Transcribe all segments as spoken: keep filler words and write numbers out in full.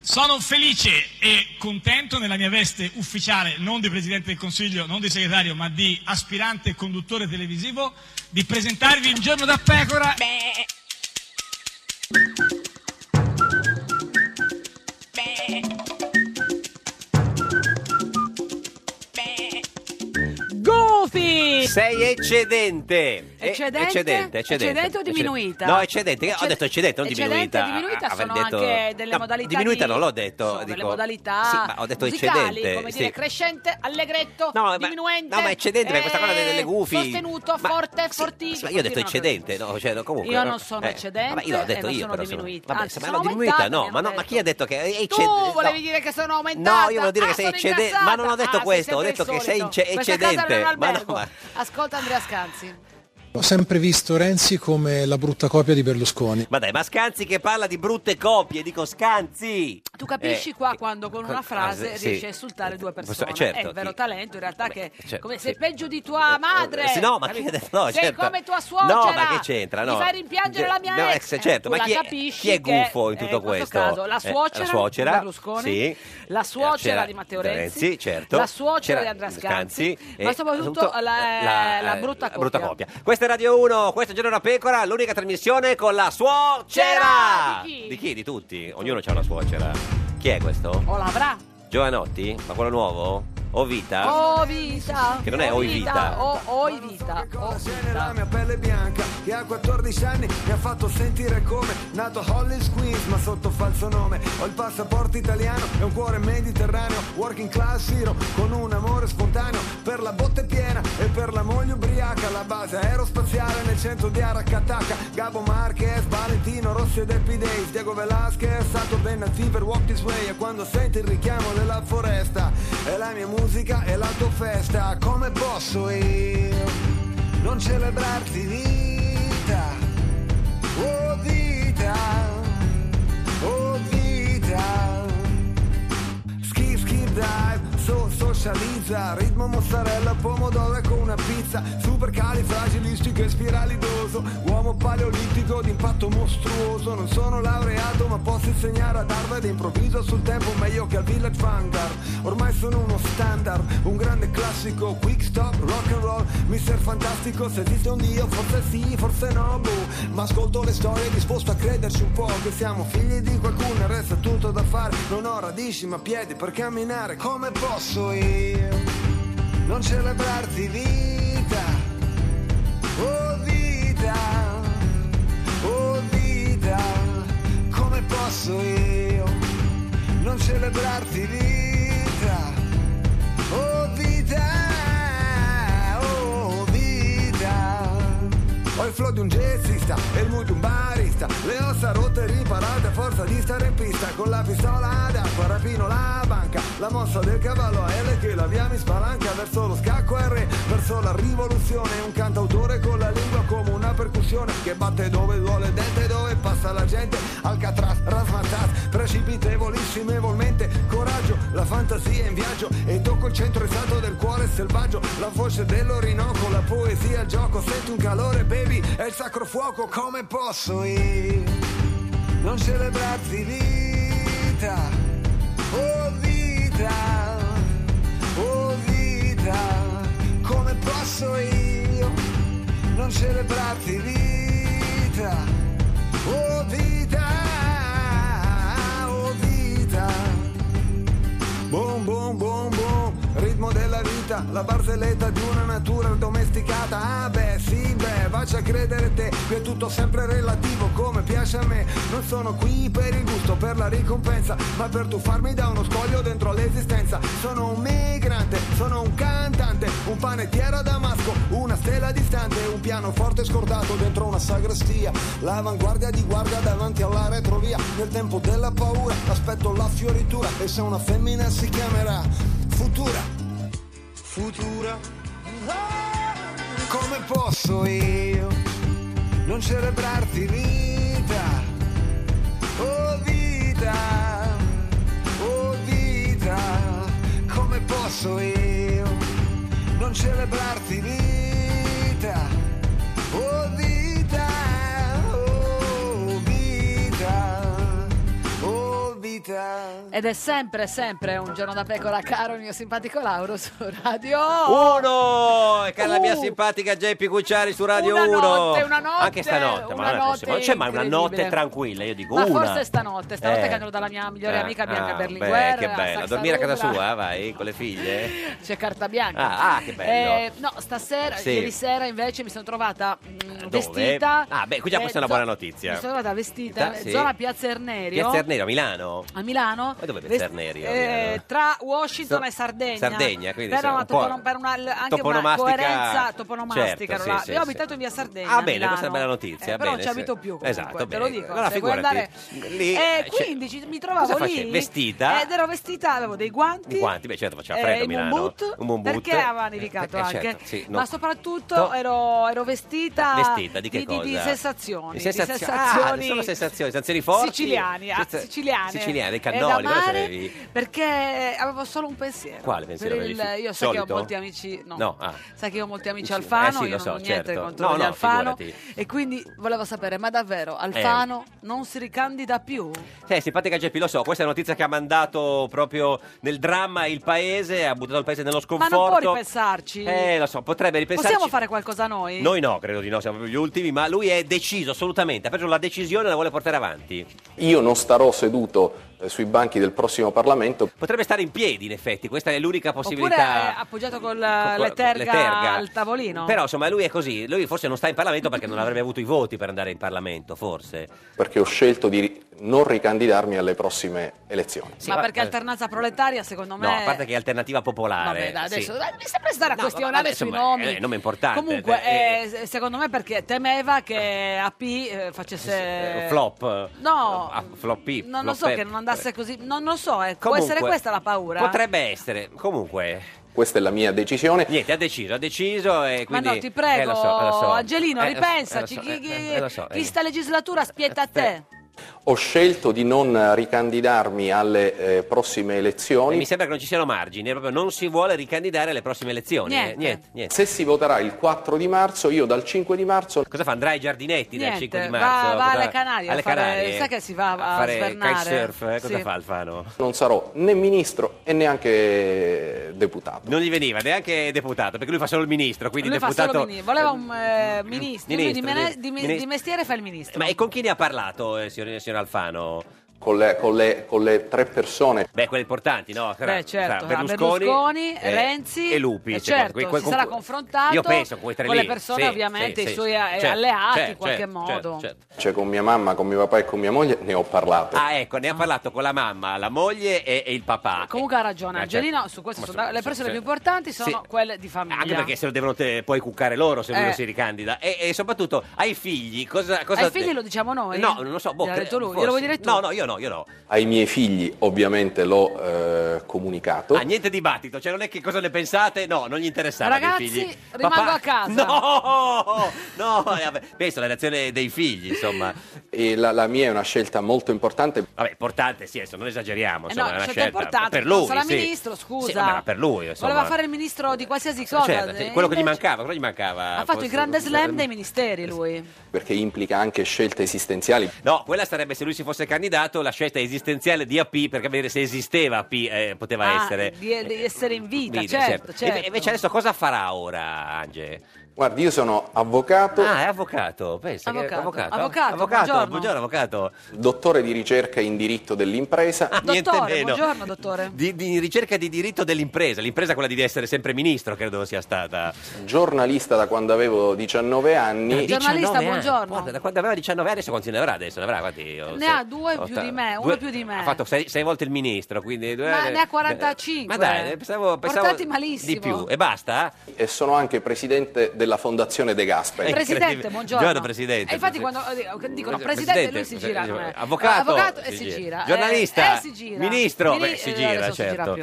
Sono felice e contento nella mia veste ufficiale, non di Presidente del Consiglio, non di segretario, ma di aspirante conduttore televisivo, di presentarvi Un giorno da pecora. Beh. Beh. Beh. Goofy! Sei eccedente. Eccedente? Eccedente, eccedente. Eccedente o diminuita? No, eccedente. Ho Ecced- detto eccedente, non eccedente diminuita. e diminuita Ah, aver sono detto- anche delle No, modalità diminuita di- non l'ho detto. sono dico... delle modalità Sì, ma ho detto musicali, eccedente. come sì. dire crescente, allegretto, No, ma- diminuente. no, ma eccedente, perché questa cosa delle- delle gufi- Sostenuto, Ma- forte, sì, fortissimo. sì, ma io ho detto eccedente, no? Cioè, no, comunque, Io no? non sono Eh, eccedente vabbè, io l'ho e detto non io, sono però, diminuita. Vabbè, Anzi, se me sono l'ho diminuita, aumentata, no, mi ma, hanno no, ma detto. chi ha detto che è Tu eccedente? volevi no. dire che sono aumentata? No, io volevo dire Ah, che sei sono eccedente, ingrassata. ma non ho detto Ah, questo, ho sei detto sempre che sei il ince- solito. Questa casa non è eccedente. un Ma no, albergo. ma... Ascolta Andrea Scanzi. Ho sempre visto Renzi come la brutta copia di Berlusconi. Ma dai, ma Scanzi che parla di brutte coppie, dico Scanzi! Tu capisci Eh, qua quando con una frase ah, sì. riesci a insultare due persone. Certo, è il vero chi- talento in realtà Vabbè, che certo, come sì. sei peggio di tua madre. Eh, sì, no, ma chi capito? ha detto? No, sei certo. come tua suocera. No, ma che c'entra? No. Mi fai rimpiangere la mia No, ex. ex, certo, Tu ma la chi è- capisci chi è che, gufo in eh, tutto questo questo? caso, la Eh, suocera, la suocera, Berlusconi, sì. la suocera C'era di Matteo Renzi, Renzi, certo. la suocera C'era di Andrea Scanzi, e ma soprattutto la, la brutta la coppia. brutta coppia. Questa è Radio uno, questo è Giorno da Pecora, l'unica trasmissione con la suocera. Di chi? Di chi? Di tutti. Ognuno c'ha una suocera. Chi è questo? O l'avrà. Giovanotti? Ma quello nuovo? O Vita? O vita. Che non è o Oi Vita. O Oi Vita. O La vita. mia pelle bianca che a quattordici anni mi ha fatto sentire come nato Hollis Queens ma sotto falso nome. Ho il passaporto italiano e un cuore mediterraneo, working class hero con un amore spontaneo per la botte piena e per la moglie ubriaca. La base aerospaziale nel centro di Aracataca. Gabo Marquez, Valentino Rossi ed Happy Days, Diego Velasquez, Saturday Night Fever, Walk This Way. E quando senti il richiamo della foresta è la mia musica e la tua festa. Come posso io non celebrarti vita, oh vita, oh vita. Skip, skip, dive, so, socializza, ritmo mozzarella, pomodoro con una pizza, supercalifragilistico e spiralidoso, uomo paleolitico d'impatto mostruoso. Non sono laureato ma posso insegnare ad Harvard, improvviso sul tempo meglio che al Village Vanguard. Ormai sono uno standard, un grande classico, quick stop, rock and roll, mister Fantastico. Se esiste un Dio forse sì, forse no, boh. Ma ascolto le storie disposto a crederci un po' che siamo figli di qualcuno e resta tutto da fare. Non ho radici ma piedi per camminare. Come posso io non celebrarti vita, oh vita, oh vita. Come posso io non celebrarti vita, oh vita, oh vita. Ho il flow di un jazzista e il mood di un barista, le ossa rotte riparate a forza di stare in pista. Con la pistola d'acqua rapino la banca, la mossa del cavallo a L che la via mi spalanca. Verso lo scacco R, verso la rivoluzione, un cantautore con la lingua come una percussione che batte dove duole il dente, dove passa la gente. Alcatraz, rasmatas, precipitevolissimamente, coraggio, la fantasia in viaggio e tocco il centro esatto del cuore selvaggio. La voce dell'Orinoco, la poesia, il gioco, senti un calore baby, è il sacro fuoco. Come posso io non celebrarti vita, oh vita, oh vita. Come posso io non celebrarti vita, oh vita, oh vita. Boom, boom, boom, boom, ritmo della vita, la barzelletta di una natura domesticata. Ah beh, sì, beh, faccia credere te, qui è tutto sempre relativo come piace a me. Non sono qui per il gusto, per la ricompensa, ma per tuffarmi da uno scoglio dentro l'esistenza. Sono un migrante, sono un cantante, un panettiere a Damasco, una stella distante, un pianoforte scordato dentro una sagrestia. L'avanguardia di guardia davanti alla retrovia, nel tempo della paura aspetto la fioritura. E se una femmina si chiamerà Futura, Futura. Come posso io non celebrarti vita, oh vita, oh vita. Come posso io non celebrarti vita, oh vita, oh vita, oh vita. Ed è sempre, sempre un giorno da pecora, caro il mio simpatico Lauro su Radio Uno! E cara la mia Uh. simpatica Geppi Cucciari su Radio Una uno. notte, una notte, Anche stanotte, ma una non è possibile. Non c'è mai una notte notte incredibile. tranquilla, io dico Ma una. forse stanotte, stanotte Eh. che andrò dalla mia migliore Ah, amica Bianca ah, Berlinguer. beh, che bello. Saxa Dormire a casa Rubra. sua, vai, con le figlie? C'è carta bianca. Ah, ah, che bello. Eh, no, stasera, Sì. ieri sera invece mi sono trovata mh, Dove? vestita. Ah, beh, qui già questa è una zo- buona notizia. Mi sono trovata vestita, Sì. zona Piazza Ernerio. Piazza Ernerio, a Milano? A Milano. Ma dove è Vest- Piazza Ernerio? a eh, Milano? tra Washington So- e Sardegna. Sardegna, quindi per sì, una, un po' topono- per una- anche una toponomastica- coerenza toponomastica. Certo, ero sì, là. sì, Io ho sì. abitato in via Sardegna. Ah, a bene, questa è una Milano. bella notizia. Eh, però non bene, ci abito sì. più. Comunque, Esatto, te lo bene. dico. Allora, se vuoi figurati. andare. Lì, E eh, cioè, quindi ci- mi trovavo cosa lì. facevi? Vestita? Ed ero vestita, avevo dei guanti. I guanti, beh certo faceva eh, freddo a in Milano. un boot, Un buon boot. perché aveva nevicato Eh, eh, anche. certo, sì, no. Ma soprattutto To- ero, ero vestita, Vestita di che di, cosa? di, di sensazioni. Di di sensazio- sensazioni. Ah, sono sensazioni, sensazioni forti. Siciliani, ah, Senza- siciliane. Siciliane, dei E da cannoli, cosa mare, avevi? perché avevo solo un pensiero. Quale pensiero Per il- avevi? io sai che ho Solito? molti amici. No. No, ah. Sai che io ho molti amici Sì, Alfano, eh sì, lo io so, non ho niente certo. contro No, gli no, Alfano. figurati. E quindi volevo sapere, ma davvero Alfano non si ricandida più? Eh, simpatica Geppi, lo so, questa è una notizia che ha mandato proprio nel dramma il paese, ha buttato il paese nello Ma sconforto. non può ripensarci. Eh, lo so, potrebbe ripensarci. Possiamo fare qualcosa noi? Noi no, credo di no, siamo proprio gli ultimi, ma lui è deciso assolutamente, ha preso la decisione e la vuole portare avanti. Io non starò seduto eh, sui banchi del prossimo Parlamento. Potrebbe stare in piedi, in effetti, questa è l'unica Oppure possibilità. è appoggiato con Con- le terga, le terga. al tavolino? Però insomma lui è così, lui forse non sta in Parlamento perché non avrebbe avuto i voti per andare in Parlamento, forse. Perché ho scelto di ri- non ricandidarmi alle prossime elezioni. Sì, ma ma- perché eh, alternanza proletaria secondo me... No, a parte che è alternativa popolare. Vabbè, dai, adesso sì. dai, mi sembra stare a No, questionare vabbè, sui insomma, nomi. è un nome importante. Comunque, Eh, eh, secondo me perché temeva che A P eh, facesse... Eh, flop. No, Ah, floppy, non lo so, floppette. che non andasse così. Non lo so, eh, può Comunque, essere questa la paura? Potrebbe essere. Comunque, Questa è la mia decisione. niente, ha deciso, ha deciso e Ma quindi... no, ti prego, Eh, lo so, lo so. Angelino, Eh, lo so, ripensaci. eh, lo so, chi, chi- eh, eh, lo so, chi eh. sta legislatura aspetta a te. Ho scelto di non ricandidarmi alle eh, prossime E elezioni. mi sembra che non ci siano margini, proprio non si vuole ricandidare alle prossime elezioni. Niente. eh, niente, niente. Se si voterà il quattro di marzo, io dal cinque di marzo Cosa fa? Andrà ai giardinetti dal Niente, cinque di va- marzo? va Cosa- alle Canarie a alle fare- Canarie? sai che si va a fare svernare? kitesurf, eh? Cosa Sì. fa Alfano? non sarò né ministro e neanche deputato. Non gli veniva neanche deputato, perché lui fa solo il ministro, quindi Lui fa deputato... solo ministro. Voleva un eh, ministro. Lui di, Ministro, mene- sì. di- Ministro. di mestiere fa il ministro. Ma e con chi ne ha parlato, eh, signor, signor Alfano? Con le, con le- con le tre persone. Beh, quelle importanti, no? Tra- Beh, certo, tra Berlusconi, eh, Renzi e Lupi. e secondo- certo, que- que- si con- sarà confrontato Io penso con quei tre con lì. le persone, sì, ovviamente, sì, i sì, suoi sì. eh, Certo, alleati, in certo, qualche certo, modo. certo. Cioè con mia mamma, con mio papà e con mia moglie ne ho parlato. Ah, ecco, ne ha parlato con la mamma, la moglie e, e il papà. Comunque ha ragione, Ah, certo. Angelino, su questo Ma sono su- da- le su- persone sì. più importanti sono Sì. quelle di famiglia. Anche perché se lo devono te- poi cuccare loro se lui Eh. non si ricandida. E, e soprattutto ai figli, cosa... cosa Ai figli lo diciamo noi? No, non lo so. Boh, Gliel'ha cre- detto lui, forse. glielo vuoi dire tu? No, no, io no, io no. Ai miei figli ovviamente l'ho eh, comunicato. Ah, niente dibattito, cioè non è che cosa ne pensate, no, non gli interessava dei Ragazzi, figli. rimango a casa. No, no, eh, vabbè, penso alla reazione dei figli, insomma. E la, la mia è una scelta molto importante. Vabbè, importante, sì, adesso non esageriamo, Eh insomma, no, è una scelta scelta importante, per lui, sarà sì. ministro, scusa. Sì, vabbè, ma per lui, insomma. Voleva fare il ministro di qualsiasi cosa. Certo, sì, eh, quello che gli invece mancava, quello gli mancava. Ha fatto il forse- grande slam dei ministeri lui. Perché implica anche scelte esistenziali. No, quella sarebbe se lui si fosse candidato la scelta esistenziale di A P per capire se esisteva A P, eh, poteva Ah, essere. di, di essere in vita, Vita, certo, certo. E invece adesso cosa farà ora, Ange? Guardi, io sono avvocato, Ah, è avvocato, pensa che è Avvocato, avvocato. avvocato, avvocato, buongiorno. buongiorno, avvocato. dottore di ricerca in diritto dell'impresa. Ah, niente Dottore, meno. buongiorno, dottore. Di, di ricerca di diritto dell'impresa, l'impresa quella di essere sempre ministro, credo sia stata. Giornalista da quando avevo diciannove anni. Giornalista, diciannove anni. buongiorno. Guarda, da quando aveva diciannove anni, adesso quanti ne avrà adesso? Ne avrà quanti? Io- Ne sei- ha due più otta- di me, uno due- più di me. Ha fatto sei, sei volte il ministro, quindi due- Ma ne ha quarantacinque. Ma dai, pensavo, pensavo Portati malissimo. di più. E basta? E sono anche presidente della Fondazione De Gasperi. Eh, Presidente, incredibile. buongiorno. Buongiorno, Presidente. E infatti Presi- quando eh, dicono Presi- presidente, lui si Presidente, gira. eh, eh, avvocato, avvocato e si si gira. gira. Giornalista, eh, e si gira. ministro, Mini- beh, si eh, gira, adesso si certo. più.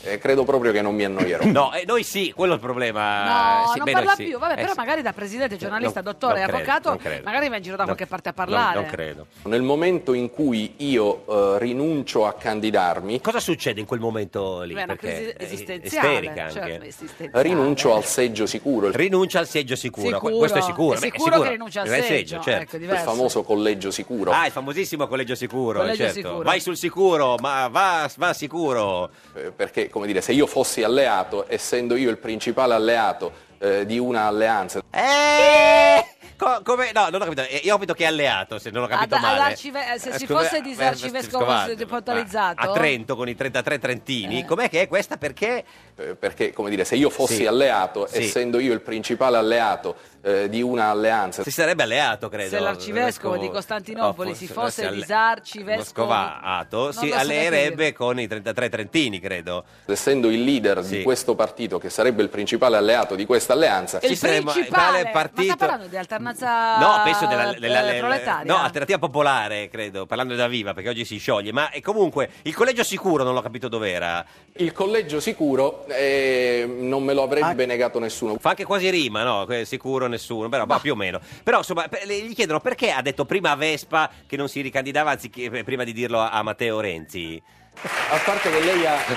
eh, credo proprio che non mi annoierò. No, eh, noi sì, quello è il problema. No, Sì, non beh, parla noi sì. più. Vabbè, Eh, però sì. magari da presidente, giornalista, Non- dottore, non credo, avvocato, non credo. magari va in giro da No, qualche parte a non- parlare. Non, credo. Nel momento in cui io eh, rinuncio a candidarmi, Cosa succede in quel momento lì? Beh, è una Perché crisi è esistenziale. isterica anche. Certo, esistenziale. rinuncio al seggio sicuro, il Rinuncia al seggio sicuro. Sicuro. Questo è sicuro. È Beh, sicuro che rinuncia al È seggio, certo. ecco, il diverso. famoso collegio sicuro. Ah, il famosissimo collegio sicuro, Collegio certo. sicuro. Vai sul sicuro, ma va, va sicuro. Eh, perché, come dire, se io fossi alleato, essendo io il principale alleato eh, di una alleanza, Eh, co- come, no, non ho capito. Eh, Io ho capito che è alleato, se non ho capito Ad- male. all'arcive- eh, se Eh, si scusa, fosse eh, disarcivescovo vescovato, deportalizzato? a Trento con i trentatré trentini, Eh. com'è che è questa? Perché? eh, perché, come dire, se io fossi Sì. alleato, Sì. essendo io il principale alleato eh, di una alleanza, Si sarebbe alleato, credo. Se l'arcivescovo di Costantinopoli si fosse disarcivescovo- vescovato, Non si lo so alleerebbe neanche con i trentatré trentini, credo. essendo il leader Sì. di questo partito, che sarebbe il principale alleato di questa alleanza, Il Ci saremmo- principale, tale partito- ma sta parlando di alternanza No, penso della, della- eh, proletaria? no, alternativa popolare, credo, parlando da Viva, perché oggi si scioglie. Ma e comunque il collegio sicuro non l'ho capito dov'era. il collegio sicuro eh, non me lo avrebbe Ah. negato nessuno. Fa anche quasi rima, no? Que- Sicuro nessuno, però ma più o meno. Però insomma, per- le- gli chiedono perché ha detto prima a Vespa che non si ricandidava anziché eh, prima di dirlo a, a Matteo Renzi. A parte che lei ha,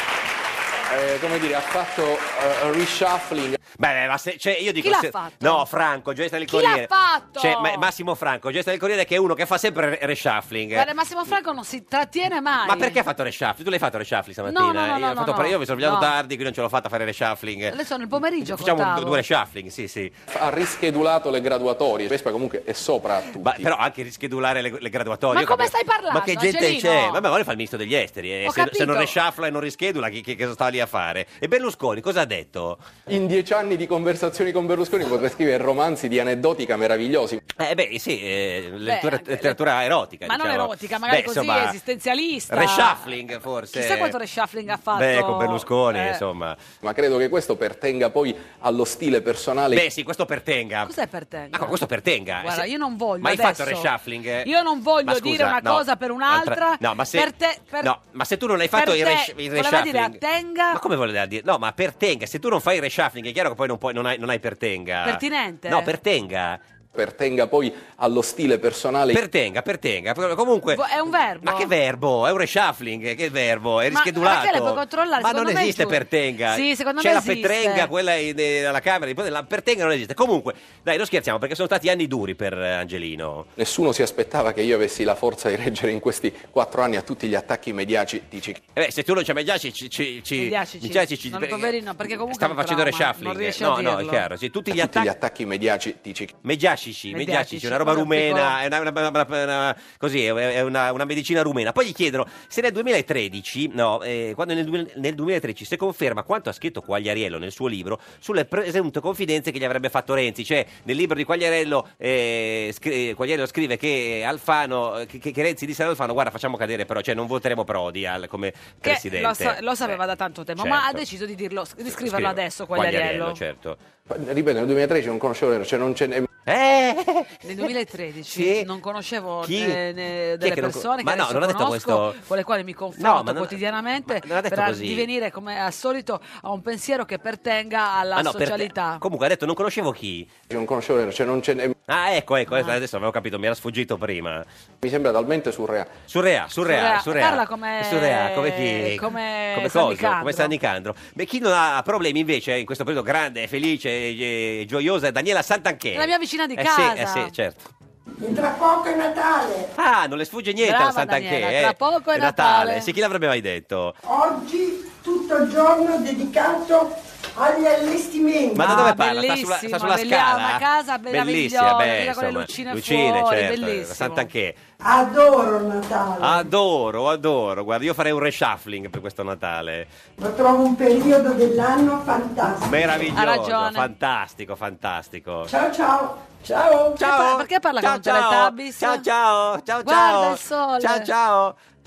eh, come dire, ha fatto eh, reshuffling. Beh, ma se, cioè, io dico Chi l'ha se- fatto? No, Franco, giornalista del Chi l'ha Corriere. fatto? Cioè, ma- Massimo Franco, giornalista del Corriere, che è uno che fa sempre re- reshuffling. Guarda, Massimo Franco non si trattiene mai. Ma perché ha fatto reshuffling? Tu l'hai fatto reshuffling stamattina? No, no, no, io, ho no, fatto no, pre- io mi sono svegliato no. tardi, quindi non ce l'ho fatta a fare reshuffling. Adesso nel pomeriggio Facciamo contavo. due reshuffling, sì, sì. Ha rischedulato le graduatorie. Vespa comunque è sopra a tutti. Ma, però anche rischedulare le, le graduatorie. Ma io come capisco- stai parlando, Ma che gente Angelino? c'è? Vabbè, ma lui fa il ministro degli esteri. eh. Ho Se, se non capito. reshuffla e non rischedula, chi, chi, che sta lì a fare? E Berlusconi cosa ha detto? In dieci anni di conversazioni con Berlusconi potrei scrivere romanzi di aneddotica meravigliosi. Eh beh, sì, eh, lettura, anche- letteratura erotica. Ma non diciamo. erotica, magari Beh, così insomma, esistenzialista. Reshuffling forse. Chissà quanto reshuffling ha fatto. Beh, con Berlusconi, Eh. insomma. Ma credo che questo pertenga poi allo stile personale. Beh, sì, questo pertenga. Cos'è pertenga? Ma questo pertenga. Guarda, Se- io non voglio Ma hai adesso- fatto il reshuffling? Io non voglio Ma scusa, dire una no, cosa per un'altra. No, ma se, per te, per- no, ma se tu non hai fatto per il, te, resh- il voleva reshuffling. dire attenga. Ma come voleva dire? No, ma pertenga. Se tu non fai il reshuffling, è chiaro che poi non, puoi, non, hai, non hai pertenga. Pertinente? No, pertenga. Pertenga poi allo stile personale. Pertenga, pertenga. Comunque. Vo- è un verbo? Ma che verbo? È un reshuffling, che verbo? È Ma rischedulato. perché le puoi controllare? Ma Secondo non me è esiste giusto. pertenga. Sì, secondo C'è me la esiste. petrenga, quella in- eh, alla Camera, poi la pertenga non esiste. Comunque, dai, non scherziamo, perché sono stati anni duri per eh, Angelino. Nessuno si aspettava che io avessi la forza di reggere in questi quattro anni a tutti gli attacchi mediatici. Eh beh, se tu non ci Mediaci ci, ci, ci, Mediacici. Mediacici- Non, poverino, perché comunque stava è un facendo trauma, reshuffling. non riesce no, a no, è dirlo. chiaro. Sì, tutti gli Tutti gli attacchi attacchi mediatici. Mediacici, Mediacici, mediacici, una roba quello è rumena, piccolo. è una, una- una- una- così, è è una, una medicina rumena. Poi gli chiedono se nel duemilatredici, no, eh, quando nel, duemila nel duemilatredici si conferma quanto ha scritto Quagliariello nel suo libro sulle presunte confidenze che gli avrebbe fatto Renzi. Cioè, nel libro di Quagliariello, eh, scri- Quagliariello scrive che Alfano, che, che Renzi disse ad Alfano: guarda, facciamo cadere, però, cioè, non voteremo Prodi al- come Che presidente. lo, sa- lo sapeva Eh, da tanto tempo, certo. ma ha deciso di dirlo, di scriverlo Scrive- adesso, Quagliariello. certo. Ripeto, nel duemilatredici non conoscevo, cioè non ce ne... Eh! Nel duemilatredici Sì. non conoscevo Chi? ne- ne- Chi è delle che non persone con- ma che no, adesso non ha detto conosco, questo- con le quali mi No, confronto ma non- quotidianamente ma non ha detto per così. divenire come al solito a un pensiero che pertenga alla Ah, no, per- socialità. Comunque ha detto non conoscevo chi. Non conoscevo, cioè non ce ne... Ah, ecco, ecco, adesso avevo capito, mi era sfuggito prima. Mi sembra talmente surreale. Surrea, surrea, Surrea. surrea. Parla come- Surrea, come chi? come come San cosa? Nicandro. Come San Nicandro. Beh, chi non ha problemi invece in questo periodo grande, felice e gioiosa è Daniela Santanchè. La mia vicina di Eh casa. Sì, eh sì, certo. E tra poco è Natale. Ah, non le sfugge niente Brava, alla Santanchè. Daniela, eh. tra poco è Natale. Sì, chi l'avrebbe mai detto? Oggi tutto il giorno dedicato agli allestimenti. Ma da Ah, dove parla? Sta bellissimo, sulla, sta sulla bella- scala? una casa Bellissima, meravigliosa, beh, tira con le insomma, lucine lucine, fuori, certo, bellissimo. Santanchè. Adoro il Natale. Adoro, adoro. Guarda, io farei un reshuffling per questo Natale. Lo trovo un periodo dell'anno fantastico. Meraviglioso, Ha ragione. fantastico, fantastico. Ciao ciao. Ciao. Ciao. Perché parla ciao, con ciao. Teletubbies? Ciao, ciao, ciao, Guarda ciao. il sole. Ciao, ciao.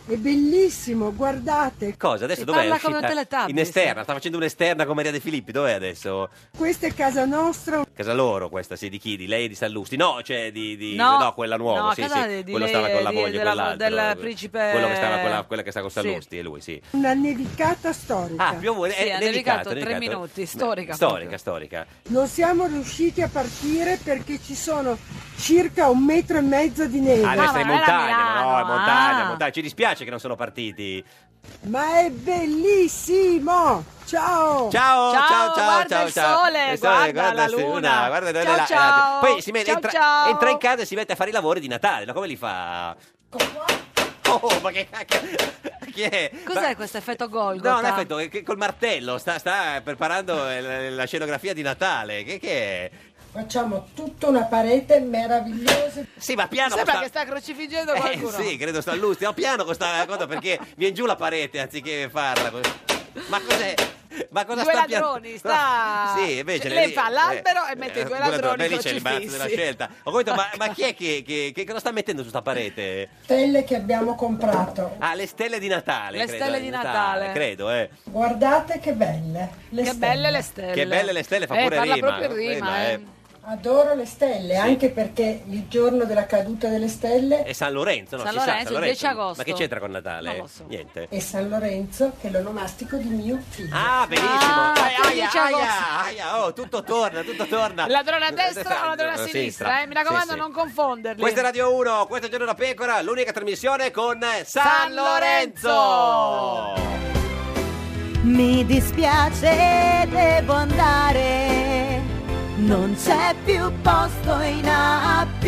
È bellissimo, guardate. Cosa? Adesso Si dov'è? È parla come uscita? un Teletubbies. In esterna, sta facendo un'esterna con Maria De Filippi, dov'è adesso? Questa è casa nostra. Casa loro questa, sì, di chi? Di lei e di Sallusti? No, cioè di... di- No. quella nuova, No, sì, casa sì. di- di quello lei stava con la e di- moglie, della- quell'altro. del principe- Quello che stava con la, quella che stava con Sì. Sallusti, è lui, sì. Una nevicata storica. Ah, più o meno, Sì, ha nevicato tre minuti, storica Storica, proprio. storica. Non siamo riusciti a partire perché ci sono circa un metro e mezzo di neve. Ah, deve Ah, essere in ma era montagna, ma no, è Milano, montagna, ah. montagna. Ci dispiace che non sono partiti. Ma è bellissimo! Ciao! Ciao, ciao, ciao, guarda ciao, il ciao. sole, Il sole, guarda la sì, luna. guarda dove Ciao, è la- ciao. Poi si mette, Ciao, entra, ciao. entra in casa e si mette a fare i lavori di Natale, no? Come li fa? Oh, ma che cacchio! Chi è? Cos'è Ma- questo effetto Golgotha? No, non è effetto, che- che col martello sta, sta preparando la, la scenografia di Natale. Che, che è? Facciamo tutta una parete meravigliosa. Sì, ma piano Sembra con che sta- sta crocifiggendo Eh, qualcuno. sì, credo sta lui. Stiamo piano con sta cosa perché viene giù la parete anziché farla. Ma cos'è? Ma cosa Due sta pian- ladroni, sta- Sì, invece Lei fa l'albero e mette i due ladroni beh, lì c'è l'imbarazzo crocifissi. della scelta. Ho capito, ma, ma chi è che, che, che cosa sta mettendo su sta parete? Stelle che abbiamo comprato. Ah, le stelle di Natale. Le credo, stelle eh, di Natale. Credo, eh. Guardate che belle. Le Che stelle. belle le stelle. Che belle le stelle, fa eh, pure parla rima. proprio in rima, Rima, eh. eh. Adoro le stelle, anche perché il giorno della caduta delle stelle È San Lorenzo, no? San si sa, Lorenzo, il dieci agosto. Ma che c'entra con Natale? Non lo so. Niente. è San Lorenzo, che è l'onomastico di mio figlio. Ah, benissimo. Ah, Aia, aia, quindici agosto. aia, aia, oh, tutto torna, tutto torna. Ladrone a destra o ladrone a Eh, sinistra, eh? Mi raccomando, Sì, sì. non confonderli. Questa è Radio uno, questo è Giorno da Pecora, l'unica trasmissione con San, San Lorenzo. Lorenzo. Mi dispiace, devo andare, non c'è più posto in A P.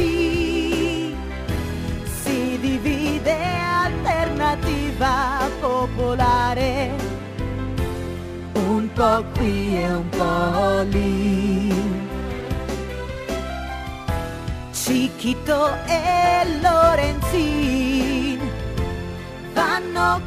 Si divide alternativa popolare, un po' qui e un po' lì. Cicchito e Lorenzin vanno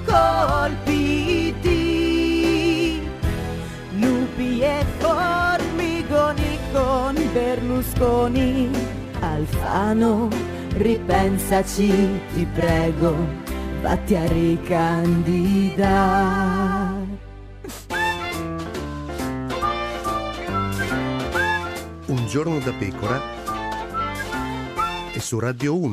colpiti, lupi e formigoni con Berlusconi. Alfano, ripensaci, ti prego, vatti a ricandidare. Un giorno da pecora e su Radio uno.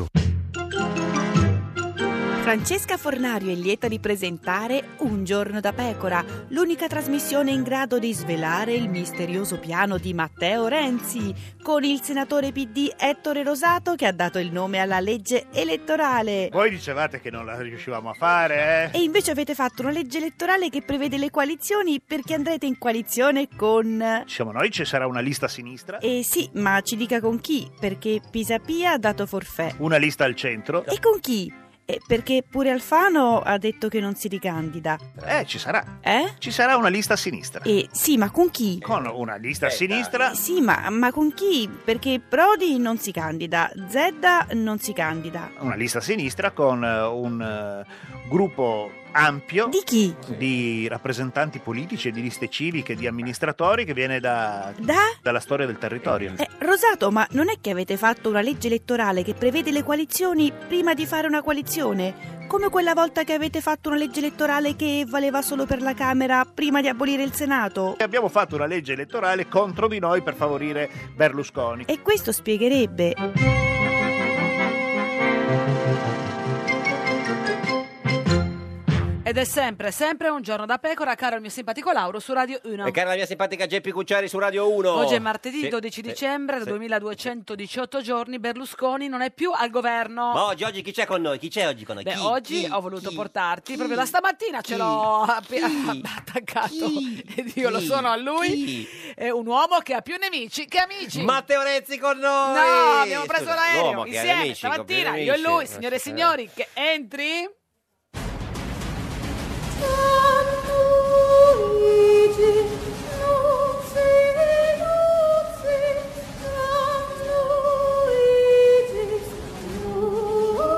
Francesca Fornario è lieta di presentare Un giorno da pecora, l'unica trasmissione in grado di svelare il misterioso piano di Matteo Renzi, con il senatore P D Ettore Rosato che ha dato il nome alla legge elettorale. Voi dicevate che non la riuscivamo a fare, eh? E invece avete fatto una legge elettorale che prevede le coalizioni perché andrete in coalizione con... Diciamo noi, ci sarà una lista a sinistra, Eh sì, ma ci dica con chi, perché Pisapia ha dato forfait. una lista al centro. E con chi? Eh, perché pure Alfano ha detto che non si ricandida. Eh, ci sarà. Eh? Ci sarà una lista a sinistra. Eh sì, ma con chi? Con una lista a sinistra. Eh, sì, ma, ma con chi? Perché Prodi non si candida, Zedda non si candida. Una lista a sinistra con eh, un eh, gruppo ampio Di chi? di rappresentanti politici e di liste civiche, di amministratori che viene da, Da? dalla storia del territorio. Eh, Rosato, ma non è che avete fatto una legge elettorale che prevede le coalizioni prima di fare una coalizione? Come quella volta che avete fatto una legge elettorale che valeva solo per la Camera prima di abolire il Senato? E abbiamo fatto una legge elettorale contro di noi per favorire Berlusconi. E questo spiegherebbe... Ed è sempre, sempre un giorno da pecora, caro il mio simpatico Lauro su Radio uno. E cara la mia simpatica Geppi Cucciari su Radio uno. Oggi è martedì Sì, dodici sì, dicembre, sì. duemiladuecentodiciotto giorni, Berlusconi non è più al governo. Ma oggi, oggi chi c'è con noi? Chi c'è oggi con noi? Beh, Chi? oggi Chi? ho voluto Chi? portarti, Chi? proprio da stamattina ce Chi? l'ho appi- Chi? attaccato Chi? ed io lo Chi? sono a lui. Chi? È un uomo che ha più nemici che amici. Matteo Renzi con noi! No, abbiamo preso Scusa, l'aereo l'uomo che ha insieme nemici, con stamattina, più io e nemici. lui, signore e Eh. signori, che entri.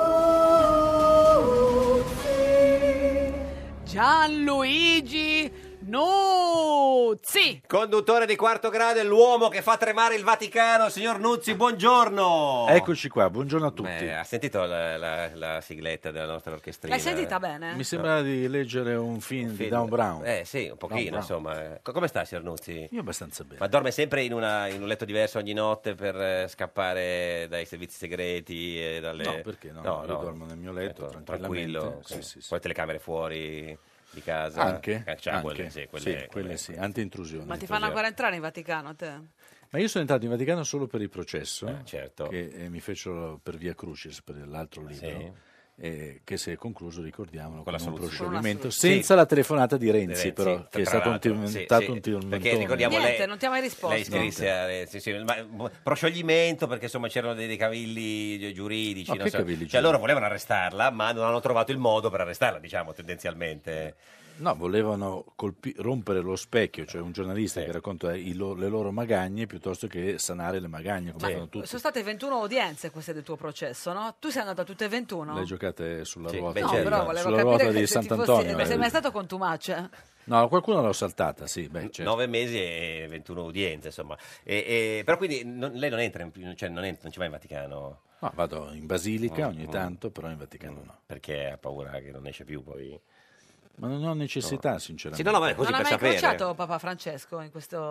Gianluigi Nuzzi! Conduttore di quarto grado è l'uomo che fa tremare il Vaticano, signor Nuzzi, buongiorno. Eccoci qua, buongiorno a tutti. Eh, ha sentito la, la- la sigletta della nostra orchestrina? L'hai sentita bene? Mi sembra di leggere un film, di film. Dan Brown. Eh sì, un pochino, Dan Brown. insomma. Eh, co- Come sta, signor Nuzzi? Io abbastanza bene. Ma dorme sempre in, una- in un letto diverso ogni notte per eh, scappare dai servizi segreti e dalle... No, perché no? Io dormo nel mio letto, Ecco, tranquillamente. tranquillo. Sì, sì, sì. Poi telecamere fuori di casa. Anche? Eh, c'ha Anche. quelle, sì, quelle, Sì, quelle- quelle sì, anti-intrusione. Ma ti fanno ancora entrare in Vaticano, te? Ma io sono entrato in Vaticano solo per il processo, Eh, certo. che eh, mi fecero per Via Crucis, per l'altro libro, eh, che si è concluso, ricordiamolo, con, la un soluzione. proscioglimento, Con una soluzione. senza la telefonata di Renzi, Renzi, però, tra che è stato un, l'altro, tim- sì, stato sì, un tormentone. perché ricordiamo Niente, lei, non ti ha mai risposto. lei scrisse a- sì, sì, ma- proscioglimento perché insomma c'erano dei, dei cavilli giuridici, Ma non che so. cavilli Cioè giuridici? loro volevano arrestarla ma non hanno trovato il modo per arrestarla, diciamo tendenzialmente. No, volevano colpi- rompere lo specchio, cioè un giornalista che racconta i lo- le loro magagne piuttosto che sanare le magagne, come fanno tutti. Sono state ventuno udienze queste del tuo processo, no? Tu sei andato a tutte e ventuno? Le giocate sulla Sì, ruota, beh, No, certo. però volevo sulla capire ruota che di se ti Sant'Antonio. fossi- sei mai stato contumace? No, qualcuno l'ho saltata, sì. Beh, certo. Nove mesi e ventuno udienze, insomma. E, e- però quindi non- lei non entra, in, cioè non, entra, non ci va in Vaticano? No, vado in Basilica Mm, ogni mm. tanto, però in Vaticano no. Perché ha paura che non esce più poi? Ma non ho necessità, sinceramente. Sì, no, no, ma è così non hai per mai sapere. incrociato Papa Francesco in questo...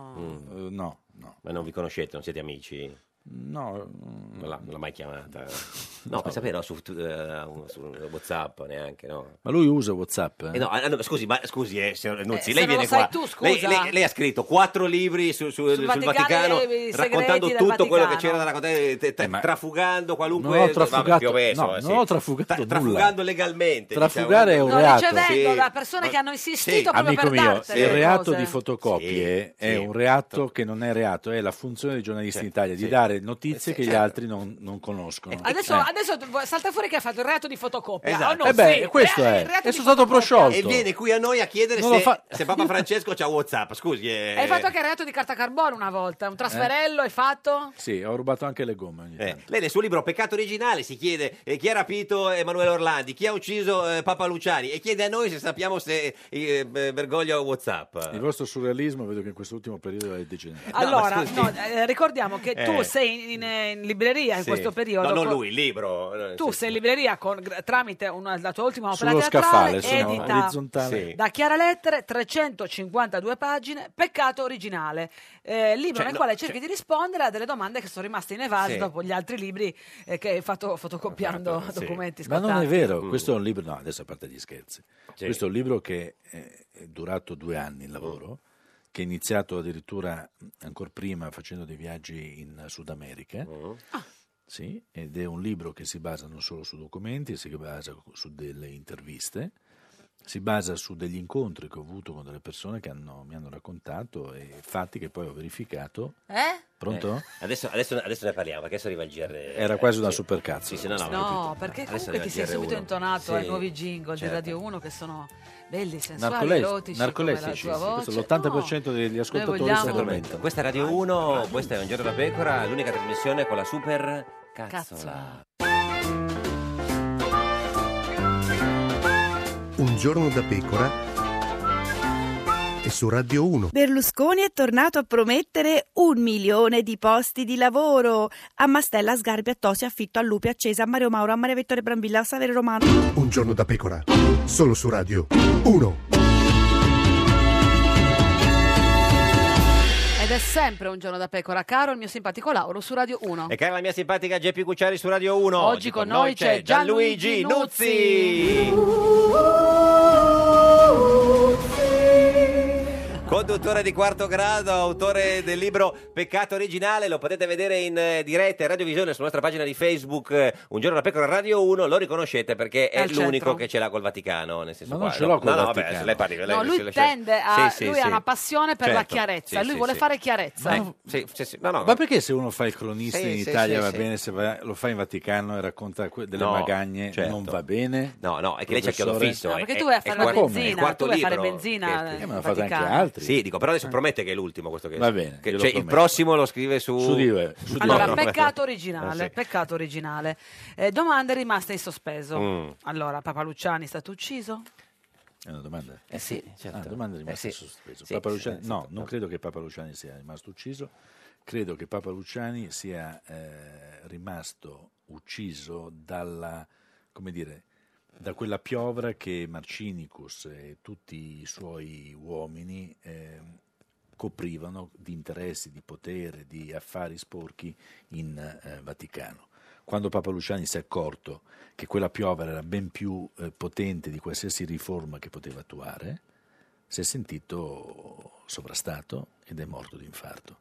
Mm. Eh, no, no. Ma non vi conoscete, non siete amici? No. Non l'ha, non l'ha mai chiamata? No, per sapere, no, su, eh, su WhatsApp neanche, no? Ma lui usa WhatsApp? Eh no, ah, no, scusi, ma scusi, eh, signor Nuzzi, Eh, lei se non viene lo sai qua. tu, scusa. Lei, lei- lei ha scritto quattro libri su- su- sul, Vaticano, Vaticano, i segreti raccontando del tutto quello che Vaticano. c'era da raccontare, te- te- trafugando qualunque. non ho trafugato- vabbè, più o meno, no, eh, non sì. ho trafugato Tra- nulla. Trafugando legalmente. Trafugare diciamo. è un No, reato. ricevendo Sì. da persone che hanno insistito Sì. proprio Amico per mio, dartene il le reato cose. di fotocopie Sì, è sì. un reato che non è reato, è la funzione dei giornalisti in Italia di sì. dare notizie Sì, che gli certo. altri non, non conoscono. Adesso, Eh. adesso salta fuori che ha fatto il reato di fotocopia. Esatto. Oh, no, Eh beh, sì, questo eh, è. il reato E di sono stato fotocopia. prosciolto. E viene qui a noi a chiedere Non lo se, fa- se Papa Francesco c'ha WhatsApp. Scusi, eh. Hai fatto anche il reato di carta carbone una volta, un trasferello hai fatto? Sì, ho rubato anche le gomme ogni Eh, tanto. lei nel suo libro Peccato originale si chiede eh, chi ha rapito Emanuele Orlandi, chi ha ucciso eh, Papa Luciani e chiede a noi se sappiamo se eh, Bergoglio ha WhatsApp. Il vostro surrealismo vedo che in quest'ultimo periodo è degenerato. Allora, ma scusi. no, eh, ricordiamo che tu Eh. sei in, in libreria in Sì. questo periodo. No, non con- lui, il libro. Tu Sì. sei in libreria con, gra- tramite una, la tua ultima opera Sullo teatrale, scaffale, sono edita orizzontale. Sì. da Chiara Lettere, trecentocinquantadue pagine, Peccato originale, eh, libro Cioè, nel no, quale cerchi cioè- di rispondere a delle domande che sono rimaste inevase Sì. dopo gli altri libri eh, che hai fatto fotocopiando Esatto, sì. documenti Ma scottanti. non è vero, Mm. questo è un libro, no, adesso a parte gli scherzi, Sì. questo è un libro che è, è durato due anni il lavoro, che è iniziato addirittura ancora prima facendo dei viaggi in Sud America, Mm. sì, ed è un libro che si basa non solo su documenti, si basa su delle interviste, si basa su degli incontri che ho avuto con delle persone che hanno- mi hanno raccontato e fatti che poi ho verificato. Eh? Pronto? Eh, adesso, adesso, adesso ne parliamo, perché adesso arriva il G R. Era quasi una Sì. supercazzo. Sì, sì, no, no, No, perché Adesso comunque ti arriva sei il G R subito uno. intonato Sì, ai nuovi jingle certo. di Radio uno che sono belli, sensuali, Narcolesi- erotici, narcolesici, come la tua sì, voce. questo l'ottanta per cento No, degli noi ascoltatori vogliamo- si addormentano. Questa è Radio uno, questo è Un Giorno da Pecora, l'unica trasmissione con la super Cazzola. Un giorno da pecora e su Radio uno. Berlusconi è tornato a promettere un milione di posti di lavoro. A Mastella, Sgarbi, a Tosi, affitto a Lupi, Accesa, a Mario Mauro, a Maria Vittoria Brambilla, a Saverio Romano. Un giorno da pecora, solo su Radio uno. Ed è sempre Un giorno da pecora, caro il mio simpatico Lauro su Radio uno. E cara la mia simpatica Geppi Cucciari su Radio uno. Oggi con noi c'è Gianluigi Nuzzi. Conduttore di quarto grado, autore del libro Peccato originale, lo potete vedere in eh, diretta in radiovisione sulla nostra pagina di Facebook, eh, Un giorno da Pecora Radio uno, lo riconoscete perché è Al l'unico centro. che ce l'ha col Vaticano, nel senso Ma non qua, ce no? l'ho col no, no, Vaticano. vabbè, lei parli, lei- No, lui le- le- tende a Sì, sì, lui sì. ha una passione per la Certo, chiarezza, sì, lui sì, vuole sì. fare chiarezza. Eh, sì, sì, sì, no, no. Ma perché se uno fa il cronista Sì, in sì, Italia sì, va sì. bene, se va- lo fa in Vaticano e racconta que- delle No, magagne certo. non va bene? No, no, è che lei c'è il chiodo Professore? fisso. No, è- perché è- tu vai a è fare il la quarto- benzina, è il quarto tu vai a fare libro benzina che- eh, Eh, in ma l'hanno fatto anche Vaticano. altri. Sì, dico, però adesso promette che è l'ultimo questo che... Va bene, che- glielo cioè, il prometto. prossimo lo scrive su... Su di me, su di Allora, No, no, peccato eh, originale, sì. peccato originale. Eh, domande rimaste in sospeso. Mm. Allora, Papa Luciani è stato ucciso? È una domanda? Eh sì, certo. Ah, domanda è rimasta Eh sì. sospeso. Sì, Papa sì, Luciani- sì, no, sì. non credo che Papa Luciani sia rimasto ucciso, credo che Papa Luciani sia eh, rimasto ucciso dalla, come dire, da quella piovra che Marcinicus e tutti i suoi uomini eh, coprivano di interessi, di potere, di affari sporchi in eh, Vaticano. Quando Papa Luciani si è accorto che quella piovra era ben più eh, potente di qualsiasi riforma che poteva attuare, si è sentito sovrastato ed è morto di infarto.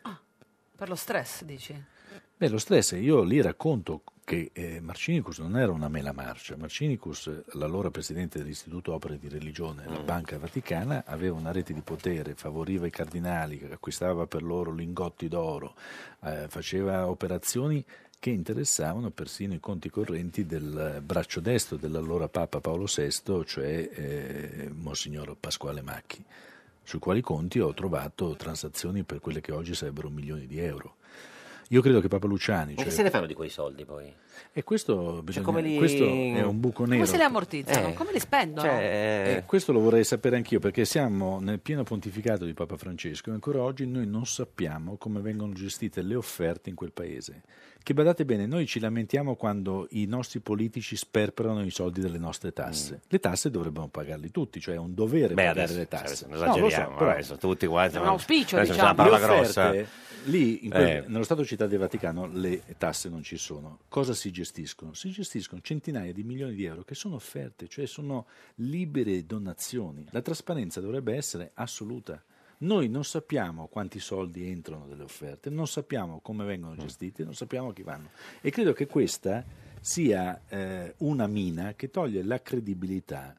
Per lo stress, dici? Beh, lo stress, io lì racconto che eh, Marcinicus non era una mela marcia. Marcinicus, l'allora presidente dell'Istituto Opere di Religione, la Banca Vaticana, aveva una rete di potere, favoriva i cardinali, acquistava per loro lingotti d'oro, eh, faceva operazioni che interessavano persino i conti correnti del braccio destro dell'allora Papa Paolo sesto, cioè eh, Monsignor Pasquale Macchi, sui quali conti ho trovato transazioni per quelle che oggi sarebbero milioni di euro. Io credo che Papa Luciani... Ma che cioè- se ne fanno di quei soldi poi? E questo, bisogna- come li- questo è un buco nero. Come se li ammortizzano? Eh. Come li spendono? Cioè, Eh, questo lo vorrei sapere anch'io, perché siamo nel pieno pontificato di Papa Francesco e ancora oggi noi non sappiamo come vengono gestite le offerte in quel paese. Che badate bene, noi ci lamentiamo quando i nostri politici sperperano i soldi delle nostre tasse. Mm. Le tasse dovrebbero pagarli tutti, cioè è un dovere Beh, pagare adesso, le tasse. cioè, non No, lo so, esageriamo, però- adesso tutti quanti... È un auspicio, adesso diciamo. c'è una parola Le grossa. offerte, lì in quel- Eh. nello Stato Città del Vaticano le tasse non ci sono. Cosa si gestiscono? Si gestiscono centinaia di milioni di euro che sono offerte, cioè sono libere donazioni. La trasparenza dovrebbe essere assoluta. Noi non sappiamo quanti soldi entrano delle offerte, non sappiamo come vengono gestiti, non sappiamo a chi vanno. E credo che questa sia eh, una mina che toglie la credibilità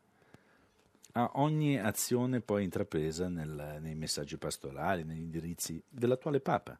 a ogni azione poi intrapresa nel- nei messaggi pastorali, negli indirizzi dell'attuale Papa.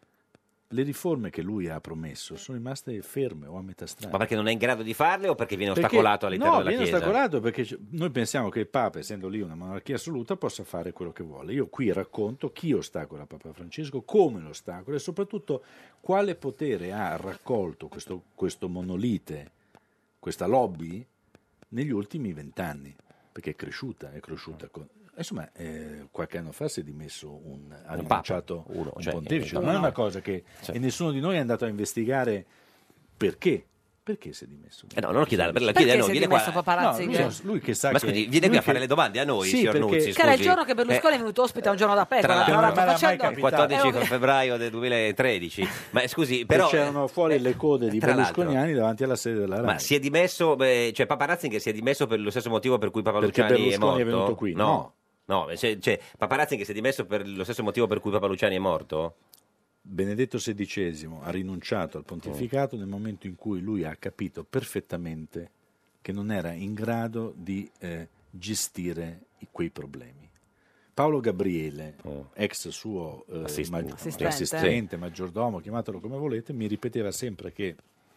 Le riforme che lui ha promesso sono rimaste ferme o a metà strada. Ma perché non è in grado di farle o perché viene Perché- ostacolato all'interno no, della viene Chiesa? ostacolato perché c- noi pensiamo che il Papa, essendo lì una monarchia assoluta, possa fare quello che vuole. Io qui racconto chi ostacola Papa Francesco, come lo ostacola e soprattutto quale potere ha raccolto questo, questo monolite, questa lobby, negli ultimi vent'anni, perché è cresciuta, è cresciuta con... Insomma, eh, qualche anno fa si è dimesso un, ha Un rinunciato papa, uno, un cioè, pontefice, uno. non è una cosa che... Cioè. E nessuno di noi è andato a investigare perché. Perché si è dimesso? Eh no, non lo chiede, la Perché chiede a noi, si è viene dimesso qua. Papa No, Ratzinger? lui, lui che sa Ma che- scusi, viene lui qui a che- fare le domande a noi, Sì, signor perché- Nuzzi, Che era il scusi. giorno che Berlusconi è venuto ospite a un giorno da pecora. Tra Tra l'altro, l'altro ma era mai facendo... capitato. quattordici Eh, febbraio del duemilatredici. Ma scusi, che però... c'erano fuori le code di tra l'altro- berlusconiani davanti alla sede della Rai. Ma si è dimesso, beh, cioè Papa Ratzinger si è dimesso per lo stesso motivo per cui Papa Perché Luciani è Berlusconi morto? è venuto qui? No, no, cioè, cioè, Papa Ratzinger si è dimesso per lo stesso motivo per cui Papa Luciani è morto? Benedetto sedicesimo ha rinunciato al pontificato nel momento in cui lui ha capito perfettamente che non era in grado di eh, gestire i- quei problemi. Paolo Gabriele, ex suo eh, Assistente. mag- Assistente. assistente, maggiordomo, chiamatelo come volete, mi ripeteva sempre che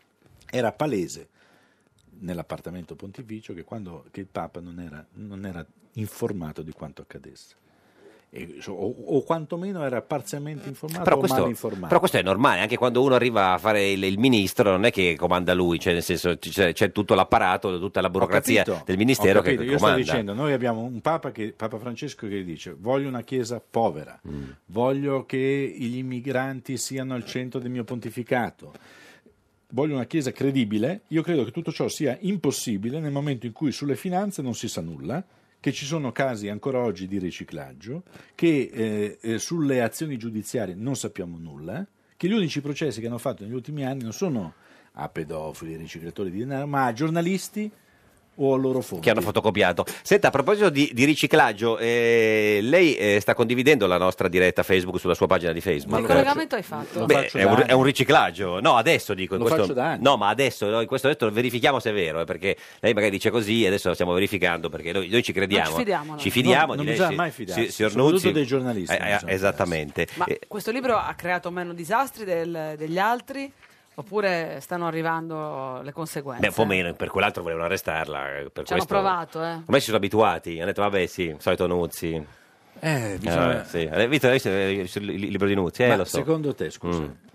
era palese nell'appartamento pontificio che, quando, che il Papa non era, non era informato di quanto accadesse. E, so- o, o quantomeno era parzialmente informato Però o questo, mal informato. però questo è normale, anche quando uno arriva a fare il, il ministro non è che comanda lui, cioè nel senso c'è, c'è tutto l'apparato, tutta la burocrazia Ho capito, del ministero ho che capito. Io sto comanda. dicendo, noi abbiamo un Papa, che, Papa Francesco che dice voglio una Chiesa povera, voglio che gli immigranti siano al centro del mio pontificato, voglio una Chiesa credibile. Io credo che tutto ciò sia impossibile nel momento in cui sulle finanze non si sa nulla, che ci sono casi ancora oggi di riciclaggio, che eh, eh, sulle azioni giudiziarie non sappiamo nulla, che gli unici processi che hanno fatto negli ultimi anni non sono a pedofili, riciclatori di denaro, ma a giornalisti o a loro fonti. Che hanno fotocopiato. Senta, a proposito di, di riciclaggio, eh, lei eh, sta condividendo la nostra diretta Facebook sulla sua pagina di Facebook? Che collegamento hai fatto? Beh, è, un, è un riciclaggio. No, adesso dico. in Lo questo, faccio da anni. No, ma adesso, no, in questo momento verifichiamo se è vero, eh, perché lei magari dice così e adesso lo stiamo verificando perché noi, noi ci crediamo. Non ci fidiamo, Ci noi. fidiamo No, di non lei, bisogna si- mai fidarsi, si- signor soprattutto Nuzzi. dei giornalisti Eh, non eh, bisogna esattamente. Ma Eh, questo libro ha creato meno disastri del- degli altri? Oppure stanno arrivando le conseguenze? Beh, un po' meno, per quell'altro volevano arrestarla. eh, Per Ci hanno questo... provato, eh. Ormai si sono abituati, hanno detto vabbè sì, solito Nuzzi. Eh, bisogna- Eh, sì. Hai visto, hai visto il libro di Nuzzi? Eh, Ma lo so. secondo te, scusa, Mm.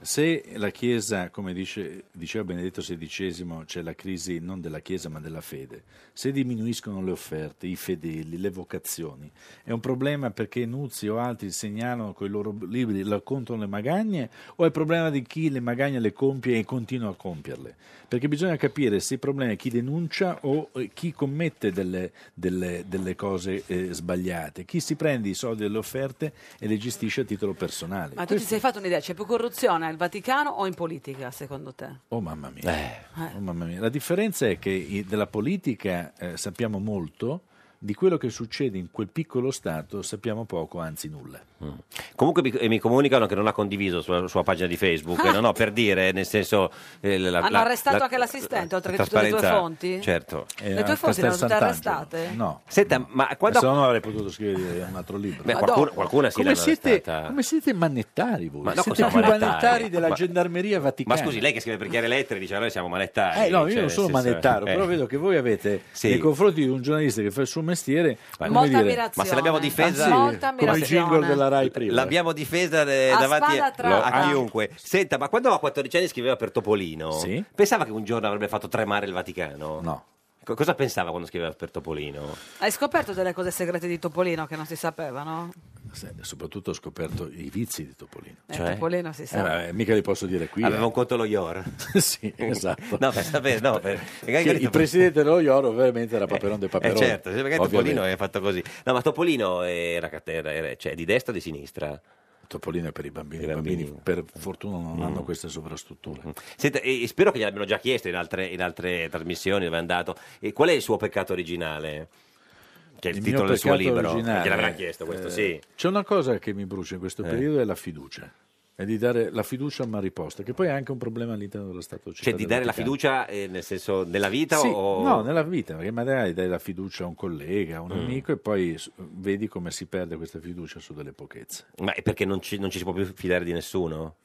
se la Chiesa, come dice, diceva Benedetto sedicesimo, c'è la crisi non della Chiesa ma della fede, se diminuiscono le offerte, i fedeli, le vocazioni, è un problema perché Nuzzi o altri segnalano con i loro libri la contano le magagne, o è il problema di chi le magagne le compie e continua a compierle? Perché bisogna capire se il problema è chi denuncia o chi commette delle, delle, delle cose eh, sbagliate, chi si prende i soldi delle offerte e le gestisce a titolo personale. Ma tu ti sei fatto un'idea, c'è più corruzione al Vaticano o in politica, secondo te? Oh mamma mia. Eh. Oh, mamma mia. La differenza è che i- della politica eh, sappiamo molto, di quello che succede in quel piccolo Stato sappiamo poco, anzi nulla. Mm. Comunque mi, e mi comunicano che non ha condiviso sulla sua pagina di Facebook, Ah. no, no, per dire, nel senso... eh, la- Hanno la- arrestato la- anche l'assistente, oltre che la tutte le tue trasparenza- fonti? Certo. Le tue fonti erano tutte arrestate? No. Senta, ma quando... Se no non avrei potuto scrivere un altro libro. Beh, qualcuno, qualcuna sì come, l'hanno siete, arrestata. come siete mannettari voi? Ma no, siete cosa più manettari? manettari della Ma- gendarmeria Ma vaticana. scusi, lei che scrive per chiare lettere dice noi siamo manettari. Eh, no, io cioè, non sono nel senso- manettaro, eh. però vedo che voi avete Sì. nei confronti di un giornalista che fa il suo mestiere, Ma- come Molta dire, ammirazione. Ma se l'abbiamo difesa... Ah, sì, Molta come il ammirazione. jingle della Rai prima. L'abbiamo difesa eh, A davanti spada a, tratta. a chiunque. Senta, ma quando a quattordici anni scriveva per Topolino, Sì. pensava che un giorno avrebbe fatto tremare il Vaticano? No. Co- cosa pensava quando scriveva per Topolino? Hai scoperto delle cose segrete di Topolino che non si sapevano? Se- soprattutto ho scoperto i vizi di Topolino. Eh, Cioè? Topolino si Eh, sa. beh, mica li posso dire qui. Aveva eh. un conto lo Ior. Sì, esatto. No, per sapere, no, per... Sì, il presidente dello Ioro ovviamente era Paperon de Eh Paperone. certo, perché ovviamente. Topolino è fatto così. No, ma Topolino era, era, era cioè, di destra o di sinistra? Topolino è per i bambini. I I bambini, bambini. per fortuna non Mm. hanno queste sovrastrutture. Senta, e e spero che gliel'abbiano già chiesto in altre, in altre trasmissioni dove è andato. E qual è il suo peccato originale? Che è il, Il titolo mio del suo peccato libro. originale, Gliel'avranno chiesto questo, eh, sì. C'è una cosa che mi brucia in questo Eh. periodo, è la fiducia. È di dare la fiducia a Mariposta, che poi è anche un problema all'interno dello Stato Città Cioè di del dare la Vaticano. fiducia eh, nel senso nella vita Sì, o... no, nella vita, perché magari dai la fiducia a un collega, a un Mm. amico e poi s- vedi come si perde questa fiducia su delle pochezze. Ma è perché non ci, non ci si può più fidare di nessuno?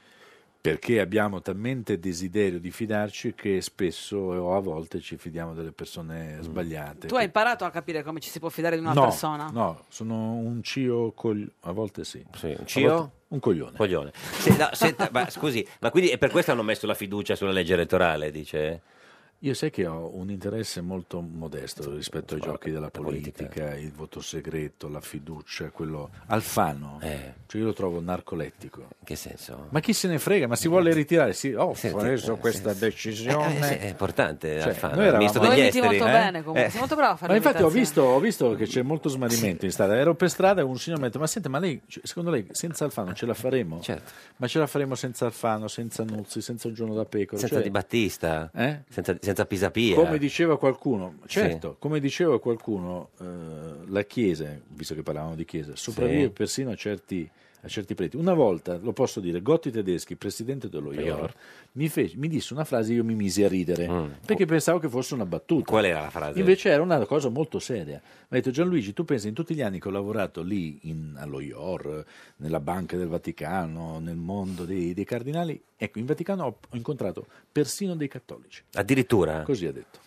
Perché abbiamo talmente desiderio di fidarci che spesso o a volte ci fidiamo delle persone sbagliate. Tu hai imparato a capire come ci si può fidare di una no, persona? No, sono un cio col... a volte sì. un A cio? volte- Un coglione. Coglione. Se- no, senta, ma scusi, ma quindi è per questo hanno messo la fiducia sulla legge elettorale, dice? Io sai che ho un interesse molto modesto rispetto ai giochi della politica, il voto segreto, la fiducia, quello Alfano. Cioè io lo trovo narcolettico. In che senso? Ma chi se ne frega? Ma si vuole ritirare? Sì, ho Sì, preso sì, questa sì. decisione. Eh, sì, è importante, Cioè, Alfano, noi il eravamo- ministro Lo degli imiti esteri. molto eh? bene comunque, Eh. sei molto bravo a fare Ma infatti ho l'imitazione. visto, ho visto che c'è molto smarrimento in strada. Ero per strada e un signore mi ha detto: ma senta, ma lei, cioè, secondo lei senza Alfano ce la faremo? Certo. Ma ce la faremo senza Alfano, senza Nuzzi, senza Un giorno da pecora? Senza Cioè, Di Battista, Eh? senza, senza Pisapia. come diceva qualcuno, Sì. certo, come diceva qualcuno, eh, la Chiesa, visto che parlavamo di Chiesa, sopravvive Sì. persino a certi, a certi preti. Una volta, lo posso dire, Gotti Tedeschi, presidente dello I O R, Ior. mi, fece- mi disse una frase e io mi misi a ridere, perché pensavo che fosse una battuta. Mm. Qual era la frase? Invece era una cosa molto seria. Mi ha detto: Gianluigi, tu pensi in tutti gli anni che ho lavorato lì in- allo I O R, nella Banca del Vaticano, nel mondo dei, dei cardinali, ecco, in Vaticano ho, ho incontrato persino dei cattolici. Addirittura? Così ha detto.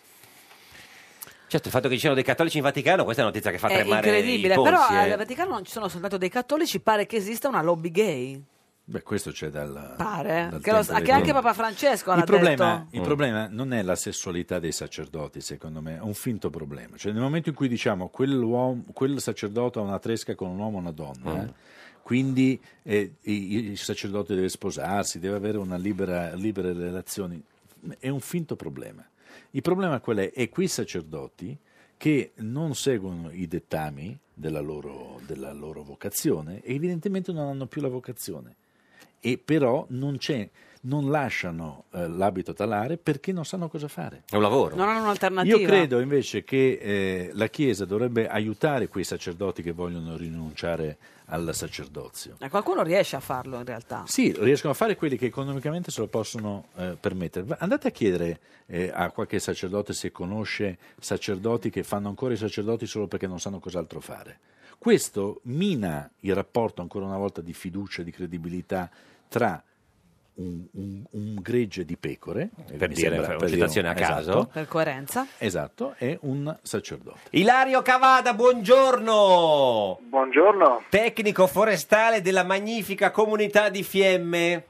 Certo, il fatto che ci siano dei cattolici in Vaticano, questa è una notizia che fa È tremare incredibile, i polsi. però eh. al Vaticano non ci sono soltanto dei cattolici, pare che esista una lobby gay. Beh, questo c'è dal... Pare, dal che, lo- tempo dei che anche Romani. Papa Francesco l'ha Il problema, detto. il Mm. problema non è la sessualità dei sacerdoti, secondo me, è un finto problema. Cioè, nel momento in cui diciamo quell'uomo, quel sacerdote ha una tresca con un uomo e una donna, Mm. eh, quindi eh, il il sacerdote deve sposarsi, deve avere una libera, libere relazioni, è un finto problema. Il problema qual è? È quei sacerdoti che non seguono i dettami della loro, della loro vocazione e evidentemente non hanno più la vocazione. E però non c'è, non lasciano eh, l'abito talare perché non sanno cosa fare. È un lavoro. Non hanno un'alternativa. Io credo invece che eh, la Chiesa dovrebbe aiutare quei sacerdoti che vogliono rinunciare al sacerdozio. E qualcuno riesce a farlo in realtà. Sì, riescono a fare quelli che economicamente se lo possono eh, permettere. Va- Andate a chiedere eh, a qualche sacerdote se conosce sacerdoti che fanno ancora i sacerdoti solo perché non sanno cos'altro fare. Questo mina il rapporto ancora una volta di fiducia, di credibilità tra un, un- un gregge di pecore, eh, Per mi dire, sembra- una per dire citazione un- a caso. esatto, Per coerenza. esatto, è un sacerdote. Ilario Cavada, buongiorno. Buongiorno. Tecnico forestale della magnifica comunità di Fiemme.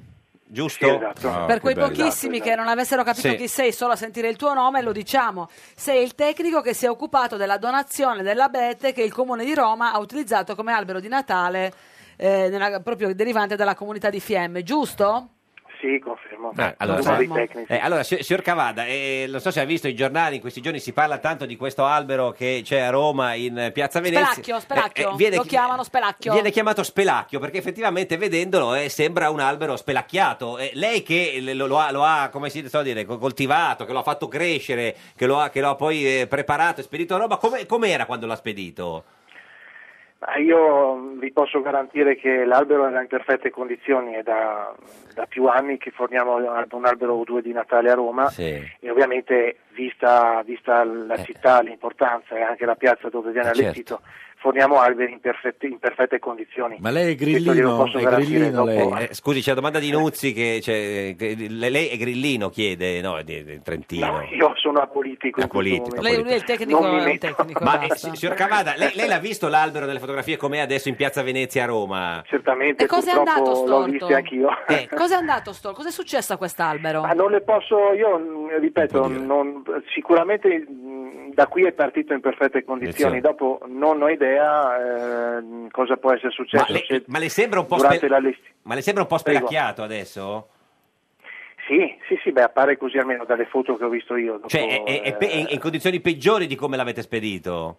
giusto? Sì, esatto. Ah, Per che quei bello. pochissimi Esatto, che non avessero capito Sì. chi sei, solo a sentire il tuo nome, lo diciamo. Sei il tecnico che si è occupato della donazione dell'abete che il Comune di Roma ha utilizzato come albero di Natale, eh, nella- proprio derivante dalla comunità di Fiemme, giusto? Sì, confermo. Ah, allora, Uno dei Confermo. tecnici. Eh, allora, si- signor Cavada, eh, non so se ha visto i giornali, in questi giorni si parla tanto di questo albero che c'è a Roma in Piazza Venezia. Spelacchio, spelacchio. Eh, eh, viene- Lo chiamano spelacchio. Viene chiamato spelacchio perché effettivamente vedendolo eh, sembra un albero spelacchiato. Eh, lei che le- lo, lo ha, lo ha, come si so dire, co- coltivato, che lo ha fatto crescere, che lo ha, che lo ha poi eh, preparato e spedito a Roma, come com'era quando l'ha spedito? Ma io vi posso garantire che l'albero era in perfette condizioni, è da, da più anni che forniamo un albero o due di Natale a Roma Sì. e ovviamente vista, vista la Eh. città, l'importanza e anche la piazza dove viene Eh, certo. allestito, forniamo alberi in perfette, in perfette condizioni. Ma lei è Questo glielo grillino? posso È garantire grillino dopo- lei? Eh, scusi, c'è la domanda di Nuzzi che, c'è, che lei è grillino, chiede, no, di, di Trentino. No, io sono apolitico in questo Apolitico, momento. Lei, lui è il tecnico, Non mi è un metto. tecnico. Ma eh, basta. si- signor Cavada, lei, lei l'ha visto l'albero nelle fotografie com'è adesso in Piazza Venezia a Roma? Certamente, E cosa è purtroppo andato l'ho storto? visto anch'io. Eh, Cos'è andato sto? Cos'è successo a quest'albero? Ma non le posso, io mh, ripeto, non- sicuramente mh, da qui è partito in perfette condizioni, Condizioni. dopo non ho idea eh, cosa può essere ma, successo. le, se ma le sembra un po' durante spe- l'allesti- ma le sembra un po' Prego. spelacchiato adesso? Sì, sì, sì, beh, appare così almeno dalle foto che ho visto io. Dopo, Cioè è, è- è pe- è in, eh, è in condizioni peggiori di come l'avete spedito?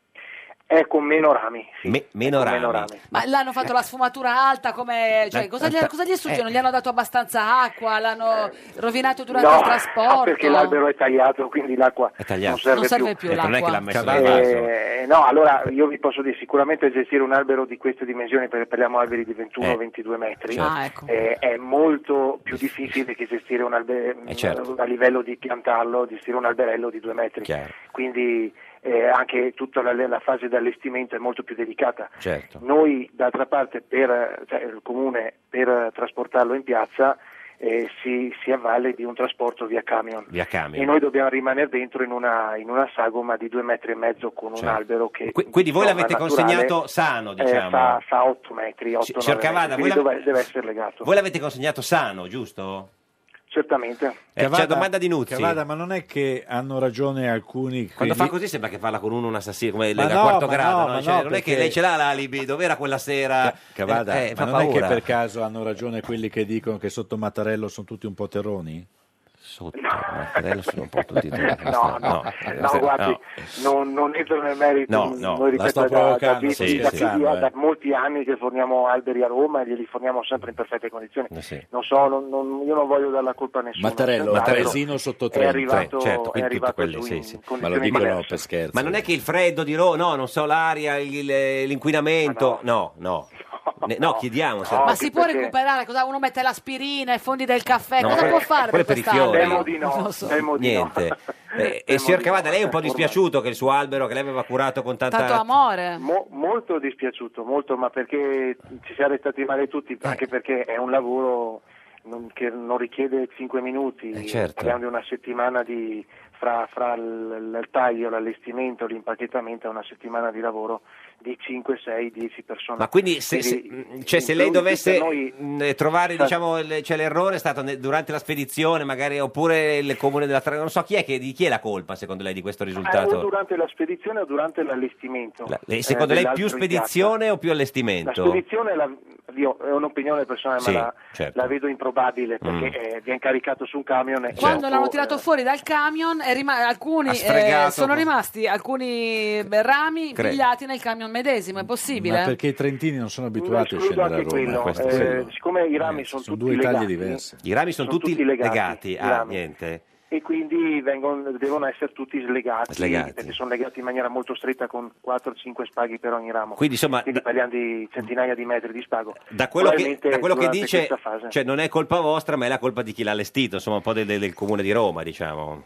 è con meno rami. sì, Me- meno è con rami. Ma l'hanno fatto la sfumatura alta come... Cioè, La- cosa, gli, alta- cosa gli è successo? eh. Non gli hanno dato abbastanza acqua? L'hanno rovinato durante No, il trasporto? no, perché l'albero è tagliato, quindi l'acqua È tagliato. non serve, Non serve più. più Eh, non è che l'acqua. l'ha messo Cavada. nel vaso. Eh, no, allora io vi posso dire sicuramente gestire un albero di queste dimensioni, perché parliamo di alberi di ventuno Eh, ventidue metri, certo. Ah, ecco. eh, è molto più difficile che gestire un albero Eh, certo. a livello di piantarlo, gestire un alberello di due metri. Chiaro. Quindi eh, anche tutta la, la fase di allestimento è molto più delicata. Certo. Noi d'altra parte per, cioè, il comune per trasportarlo in piazza eh, si, si avvale di un trasporto via camion. Via E camion. noi dobbiamo rimanere dentro in una, in una sagoma di due metri e mezzo con Certo. un albero che Qui- quindi voi insomma, l'avete naturale, consegnato sano, eh, diciamo? fa, fa otto metri, otto, Signor nove Cavada, metri, voi quindi la- deve, deve essere legato. Voi l'avete consegnato sano, giusto? Certamente. Eh, c'è la domanda di Nuzzi. Cavada, ma non è che hanno ragione alcuni... Quando quelli- fa così sembra che parla con uno un assassino, come Ma da no, quarto ma grado. no, no? ma Cioè, no, non è che perché- lei ce l'ha l'alibi, dov'era quella sera? Cavada, Eh, eh, fa ma non è paura. che per caso hanno ragione quelli che dicono che sotto Mattarello sono tutti un po' terroni? Sotto Mattarello sono un po' tutti No, no, no, guardi, Non, non entro nel merito, No, no, noi la ripeto, sto da, da, provocando, da, sto da, scherzando, da- eh. da molti anni che forniamo alberi a Roma e glieli forniamo sempre in perfette condizioni. Eh, sì. Non so, non- non- io non voglio dare la colpa a nessuno. Mattarello, senz'altro. Mattarellino sotto è trenta. arrivato, certo, è quindi tutti arrivato quelli, giù sì, in sì. Ma lo condizioni dicono diverse. per scherzo. Ma non è che il freddo di Roma, no, non so, l'aria, il- l'inquinamento, no, no. Ne- no, chiediamo. se- No, Ma anche si può perché- recuperare? Cosa, uno mette l'aspirina, i fondi del caffè, No, cosa quello- può fare quello per per i quest'albero? fiori. Temo di no, Non lo so. temo di no. Niente. Eh, e Temo signor di Cavada, no, lei è un po' ormai. dispiaciuto che il suo albero che lei aveva curato con tanta... Tanto amore. Mo- molto dispiaciuto, molto, ma perché ci siamo restati male tutti, Eh. anche perché è un lavoro non- che non richiede cinque minuti, Eh, certo. parliamo di una settimana di fra, fra il, il taglio, l'allestimento, l'impacchettamento, è una settimana di lavoro di cinque, sei, dieci persone. Ma quindi se, se- Quindi, cioè, se in lei più, dovesse per noi- mh, trovare Sa- diciamo, il- cioè, l'errore è stato ne- durante la spedizione magari oppure il comune della Tra- non so chi è che, di chi è la colpa secondo lei di questo Eh, o risultato? durante la spedizione o durante l'allestimento. La- le- eh, secondo lei più dell'albero in piazza. spedizione o più La allestimento? spedizione la- io- è un'opinione personale, Sì, ma la, certo. la vedo improbabile perché Mm. eh, viene caricato su un camion e Quando dopo, l'hanno tirato eh, fuori dal camion, è rima- alcuni Ha eh, sfregato. sono rimasti alcuni beh, rami Credo. pigliati nel camion medesimo. È possibile? Ma perché i trentini non sono abituati a escludo scendere a anche Roma? quello, questo eh, sì. siccome i rami Eh, sono, sono tutti due Italie legati, diverse. I rami sono, tutti, legati, i ah, rami. niente. E quindi vengono- devono essere tutti slegati, Slegati. perché sono legati in maniera molto stretta con quattro cinque spaghi per ogni ramo. Quindi, insomma, Quindi parliamo di centinaia di metri di spago. Da quello, che, Probabilmente da quello che durante dice, questa fase- cioè non è colpa vostra, ma è la colpa di chi l'ha allestito, insomma, un po' del, del comune di Roma, diciamo.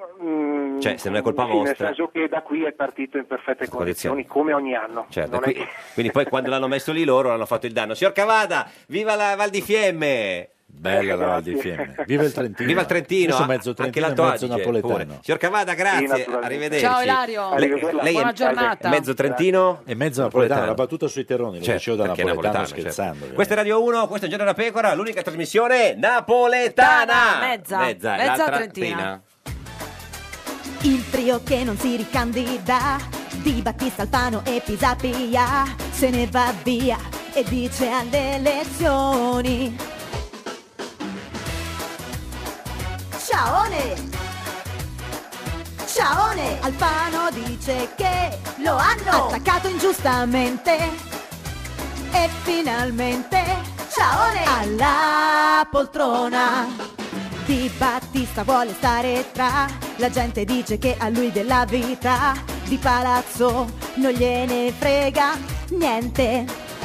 Mm, Cioè, se non è colpa sì, vostra. Nel senso che da qui è partito in perfette condizioni, come ogni anno. Certo, Non è qui- che- quindi poi quando l'hanno messo lì loro hanno fatto il danno. Signor Cavada, viva la Val di Fiemme! Bella la Val di Fiemme. Viva il Trentino. Viva il Trentino, Io sono mezzo anche trentino e l'Alto mezzo Adige, napoletano. pure. Signor Cavada, grazie, Sì, arrivederci. Ciao Ilario, Lei, lei buona è giornata. mezzo trentino E mezzo napoletano. La battuta sui terroni, lo Certo, dicevo da perché napoletano, napoletano, scherzando. certo. Questa è Radio uno, questo è Giorno da Pecora, l'unica trasmissione napoletana. Mezza, mezza, mezza l'altra trentina. Il trio che non si ricandida, Di Battista, Alfano e Pisapia, se ne va via e dice alle elezioni: Ciaone! Ciaone! Alfano dice che lo hanno attaccato ingiustamente e finalmente Ciaone alla poltrona. Di Battista vuole stare tra la gente, dice che a lui della vita di palazzo non gliene frega niente,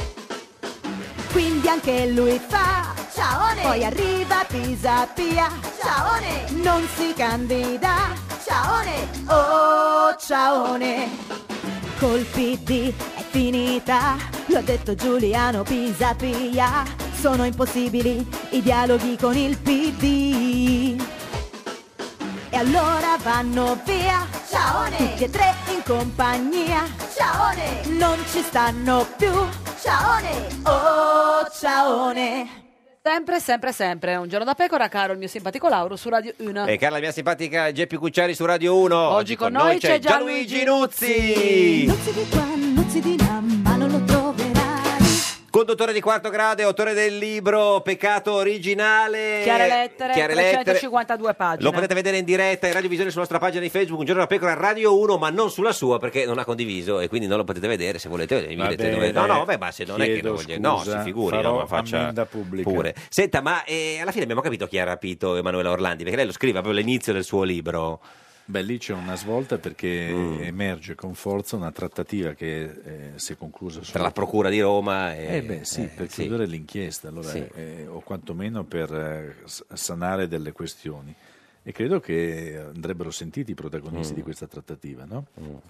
quindi anche lui fa Ciaone. Poi arriva Pisapia, Ciaone. Non si candida, Ciaone. Oh Ciaone. Col P D è finita, lo ha detto Giuliano Pisapia. Sono impossibili i dialoghi con il P D. E allora vanno via, Ciaone. Tutti e tre in compagnia, Ciaone. Non ci stanno più, Ciaone. Oh Ciaone. Sempre, sempre, sempre. Un giorno da pecora, caro il mio simpatico Lauro su Radio uno. E cara la mia simpatica Geppi Cucciari su Radio uno. Oggi con noi c'è Gianluigi Nuzzi. Nuzzi di qua, Nuzzi di là, ma non lo troverai. Conduttore di quarto grado e autore del libro Peccato originale. Chiare lettere, Chiare lettere. trecentocinquantadue pagine. Lo potete vedere in diretta in radiovisione sulla nostra pagina di Facebook Un giorno da Pecora Radio uno, ma non sulla sua perché non ha condiviso e quindi non lo potete vedere. Se volete vedere, Va vedete bene, dove... No, no, vabbè, ma se non è che chiedo non voglio... No, scusa, si figuri, farò no, ma faccia ammenda pubblica. pure. Senta, ma eh, alla fine abbiamo capito chi ha rapito Emanuela Orlandi, perché lei lo scrive proprio all'inizio del suo libro. Beh, lì c'è una svolta perché Mm. emerge con forza una trattativa che eh, si è conclusa Tra la Procura di Roma e... Eh beh sì, eh, per sì. chiudere l'inchiesta allora, Sì. eh, o quantomeno per eh, s- sanare delle questioni, e credo che andrebbero sentiti i protagonisti Mm. di questa trattativa, no?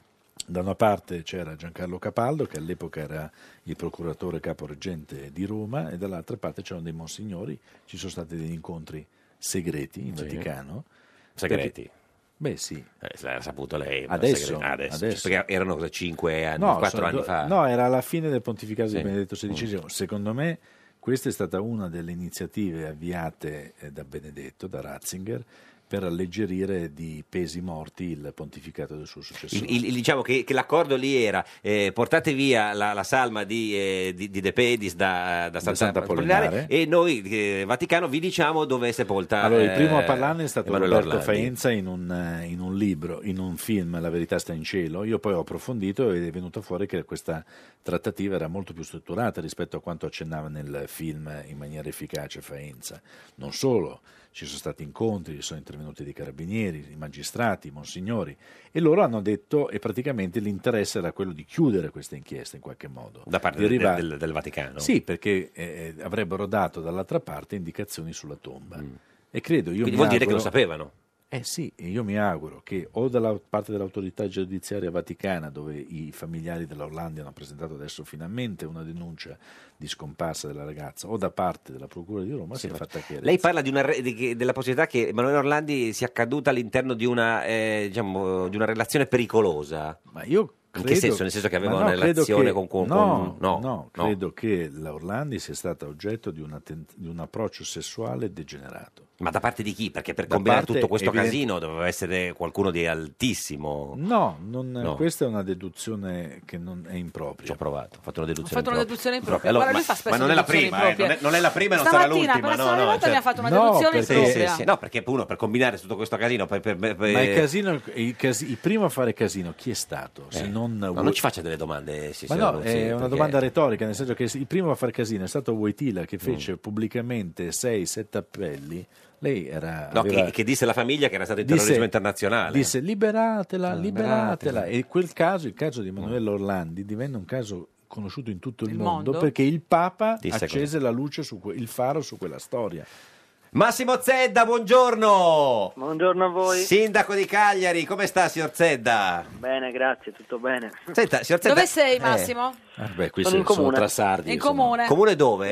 Da una parte c'era Giancarlo Capaldo, che all'epoca era il procuratore caporeggente di Roma, e dall'altra parte c'erano dei monsignori, ci sono stati degli incontri segreti in Sì. Vaticano. Segreti? Perché- Beh sì. Eh, l'ha saputo lei. ma Adesso, segre- adesso. adesso. Perché erano cosa, cinque anni, No, quattro sono anni do- fa. No, era alla fine del pontificato Sì. di Benedetto sedicesimo. Mm. Secondo me questa è stata una delle iniziative avviate eh, da Benedetto, da Ratzinger, per alleggerire di pesi morti il pontificato del suo successore. Il- il- diciamo che, che l'accordo lì era eh, portate via la, la salma di, eh, di, di De Pedis da, da Santa, Santa Apollinare Apollinare. e noi, eh, Vaticano, vi diciamo dove è sepolta. Allora, il eh, primo a parlarne è stato Emanuele Roberto Orlandi. Faenza in un, eh, in un libro, in un film, La verità sta in cielo. Io poi ho approfondito ed è venuto fuori che questa trattativa era molto più strutturata rispetto a quanto accennava nel film in maniera efficace Faenza. Non solo, ci sono stati incontri, sono intervenuti dei carabinieri, i magistrati, i monsignori, e loro hanno detto, e praticamente l'interesse era quello di chiudere questa inchiesta in qualche modo. Da parte Di del, arrivare- del- del Vaticano. Sì, perché eh, avrebbero dato dall'altra parte indicazioni sulla tomba. E credo, io Quindi mi vuol dire che auguro- lo sapevano. Eh sì, e io mi auguro che o dalla parte dell'autorità giudiziaria vaticana, dove i familiari dell'Orlandi hanno presentato adesso finalmente una denuncia di scomparsa della ragazza, o da parte della Procura di Roma, Sì, sia fatta chiarezza. Lei parla di una re- di che- della possibilità che Emanuele Orlandi sia caduta all'interno di una, eh, diciamo, di una relazione pericolosa. Ma io In credo- che senso? Nel senso che aveva ma una no, credo relazione che- con, con, no, con- no, no, no. credo che la Orlandi sia stata oggetto di, una ten- di un approccio sessuale degenerato. Ma da parte di chi? Perché per Da combinare parte tutto questo evident- casino doveva essere qualcuno di altissimo. No, non- No. questa è una deduzione che non è impropria. Ci ho provato, ho fatto una Ho deduzione fatto una impropria. deduzione impropria. Allora, Guarda, lui ma, fa spesso ma non è la deduzioni prima, eh, improprie. non, è, non è la prima e non sarà Stamattina, l'ultima. per No, essere no, arrivata, mi ha certo. fatto una No, deduzione perché- impropria. Sì, sì, no, perché uno per combinare tutto questo casino. Per, per- per- Ma il casino, il, casi- il primo a fare casino chi è stato? Se Eh, non ma non ci faccia delle domande. Sì, Ma signor no, Nuzzi, è una perché- domanda retorica, nel senso che il primo a fare casino è stato Wojtyla, Mm. che fece pubblicamente sei sette appelli. Lei era No, aveva- che, che disse alla famiglia che era stato il disse- terrorismo internazionale. Disse liberatela, Ah, liberatela. liberatela. E quel caso, il caso di Emanuele Orlandi, divenne un caso conosciuto in tutto il, Il mondo, mondo? perché il Papa Disse accese la luce su que- il faro su quella storia. Massimo Zedda, buongiorno. Buongiorno a voi. Sindaco di Cagliari, come sta signor Zedda? Bene, grazie, tutto bene. Senta, signor Zedda, Dove sei, eh, Massimo? Ah, beh, qui Sono se- in sono comune. tra sardi. In insomma. comune? Comune dove?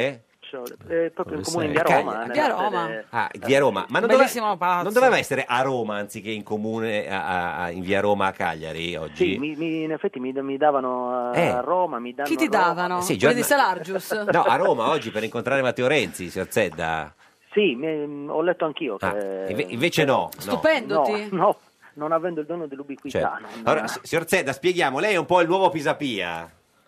adesso, eh, proprio in Dove comune sei? di Via Roma. Cagliari. nella Via Roma. sede- Ah, via Roma. Ma non, dove- Bellissimo palazzo. non doveva essere a Roma anziché in comune a- a- in via Roma a Cagliari oggi? Sì, mi- mi- in effetti mi, mi davano a Eh. Roma, mi danno Chi ti a Roma. davano? Sì, Quelli giorna- di Salargius? No, a Roma oggi per incontrare Matteo Renzi, signor Zedda. Sì, mi- ho letto anch'io che... Ah, inve- invece no. no. Stupendoti. No, no, non avendo il dono dell'ubiquità. Cioè, non- allora, s- signor Zedda, spieghiamo, lei è un po' il nuovo Pisapia.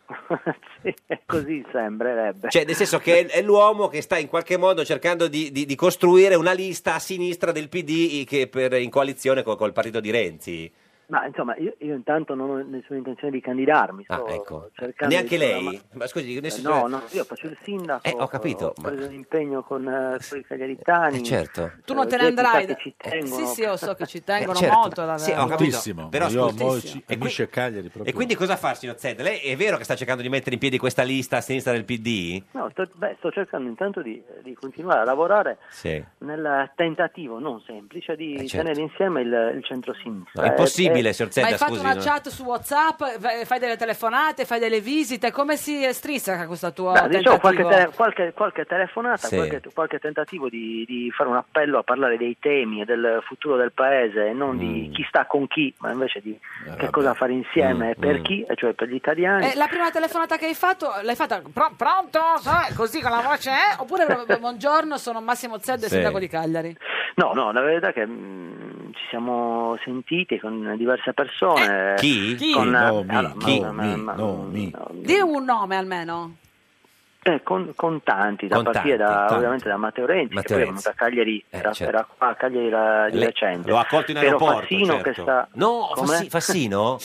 Sì, così sembrerebbe. Cioè, nel senso che è, è l'uomo che sta in qualche modo cercando di, di- di costruire una lista a sinistra del P D che per, in coalizione col, col partito di Renzi. Ma insomma, io, io intanto non ho nessuna intenzione di candidarmi. Sto Ah, ecco. cercando Neanche di- lei? Ma scusi, nel Eh, senso- No, no, io faccio il sindaco. Eh, ho capito, Ho ma- preso un impegno con, eh, con i cagliaritani. Eh, certo. Tu non te ne Eh, gente andrai. che ci Eh, tengono. sì, sì, io so che ci tengono Eh, certo. molto. La Sì, ho capito. Moltissimo, Però, io scusi, mo- e ci- qui- amici a Cagliari proprio. E quindi cosa fa, signor Zedda? Lei è vero che sta cercando di mettere in piedi questa lista a sinistra del P D? No, sto, beh, sto cercando intanto di, di continuare a lavorare Sì. nel tentativo non semplice di Eh, certo. tenere insieme il, il centro-sinistra. No, è impossibile, Eh, signor Ma Zedda, hai fatto scusi. una no? chat su WhatsApp, f- fai delle telefonate, fai delle visite, come si strizza questo tuo Beh, diciamo qualche, tentativo? tele- qualche, qualche telefonata, Sì. qualche, qualche tentativo di, di fare un appello a parlare dei temi e del futuro del paese e non di chi sta con chi, ma invece di che cosa fare insieme Mm, e per mm. chi, e cioè per gli italiani. Eh, la prima telefonata che hai fatto, l'hai fatta pro- pronto? Sai, così con la voce, eh? Oppure proprio, buongiorno, sono Massimo Zedda, Sì. sindaco di Cagliari. No, no, la verità è che mh, ci siamo sentiti con diverse persone. Eh, chi? Chi? Con, No, mi, allora, chi? ma- ma- Mi, ma- no, mi. Di un nome almeno. Eh, con, con tanti, da Con partire tanti, da, tanti. ovviamente da Matteo Renzi, Matteo che poi è Renzi. venuto a Cagliari, Eh, era, certo. era qua a Cagliari la- di Lei- recente. Lo ha accolto in Piero aeroporto, Fassino certo. che sta... No, Com'è? Fassi- Fassino?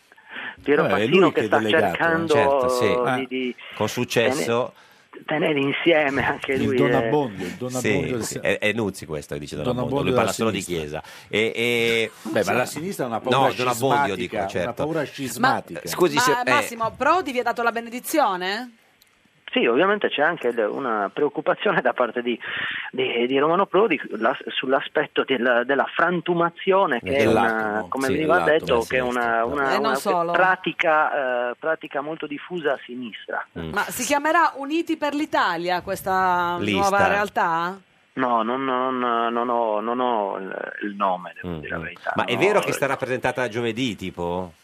Piero Eh, è Fassino lui che, che è sta delegato, cercando certo, sì. di, Ah. di Con successo. tenere insieme anche lui. Il Don eh. Abbondio, il Don Sì, Abbondio del- sì, è, è Nuzzi questo, dice Don Don Abbondio. Abbondio Lui parla della solo di sinistra. chiesa. E, e- Beh, ma la sinistra ha una paura No, Don Abbondio dico, scismatica, certo. una paura Ma, scismatica. Scusi, ma se- eh, Massimo, Prodi vi ha dato la benedizione? Sì, ovviamente c'è anche il- una preoccupazione da parte di, di, di Romano Prodi la- sull'aspetto del- della frantumazione, che è una, Dell'atomo, come sì, veniva dell'atomo detto, a che è una, sinistra. una- E non una solo. pratica, eh, pratica molto diffusa a sinistra. Mm. Ma si chiamerà Uniti per l'Italia questa Lista. nuova realtà? No, non, non- non ho, non ho il, il nome, devo Mm, dire la mm. verità. Ma è no. vero che sta rappresentata giovedì, tipo?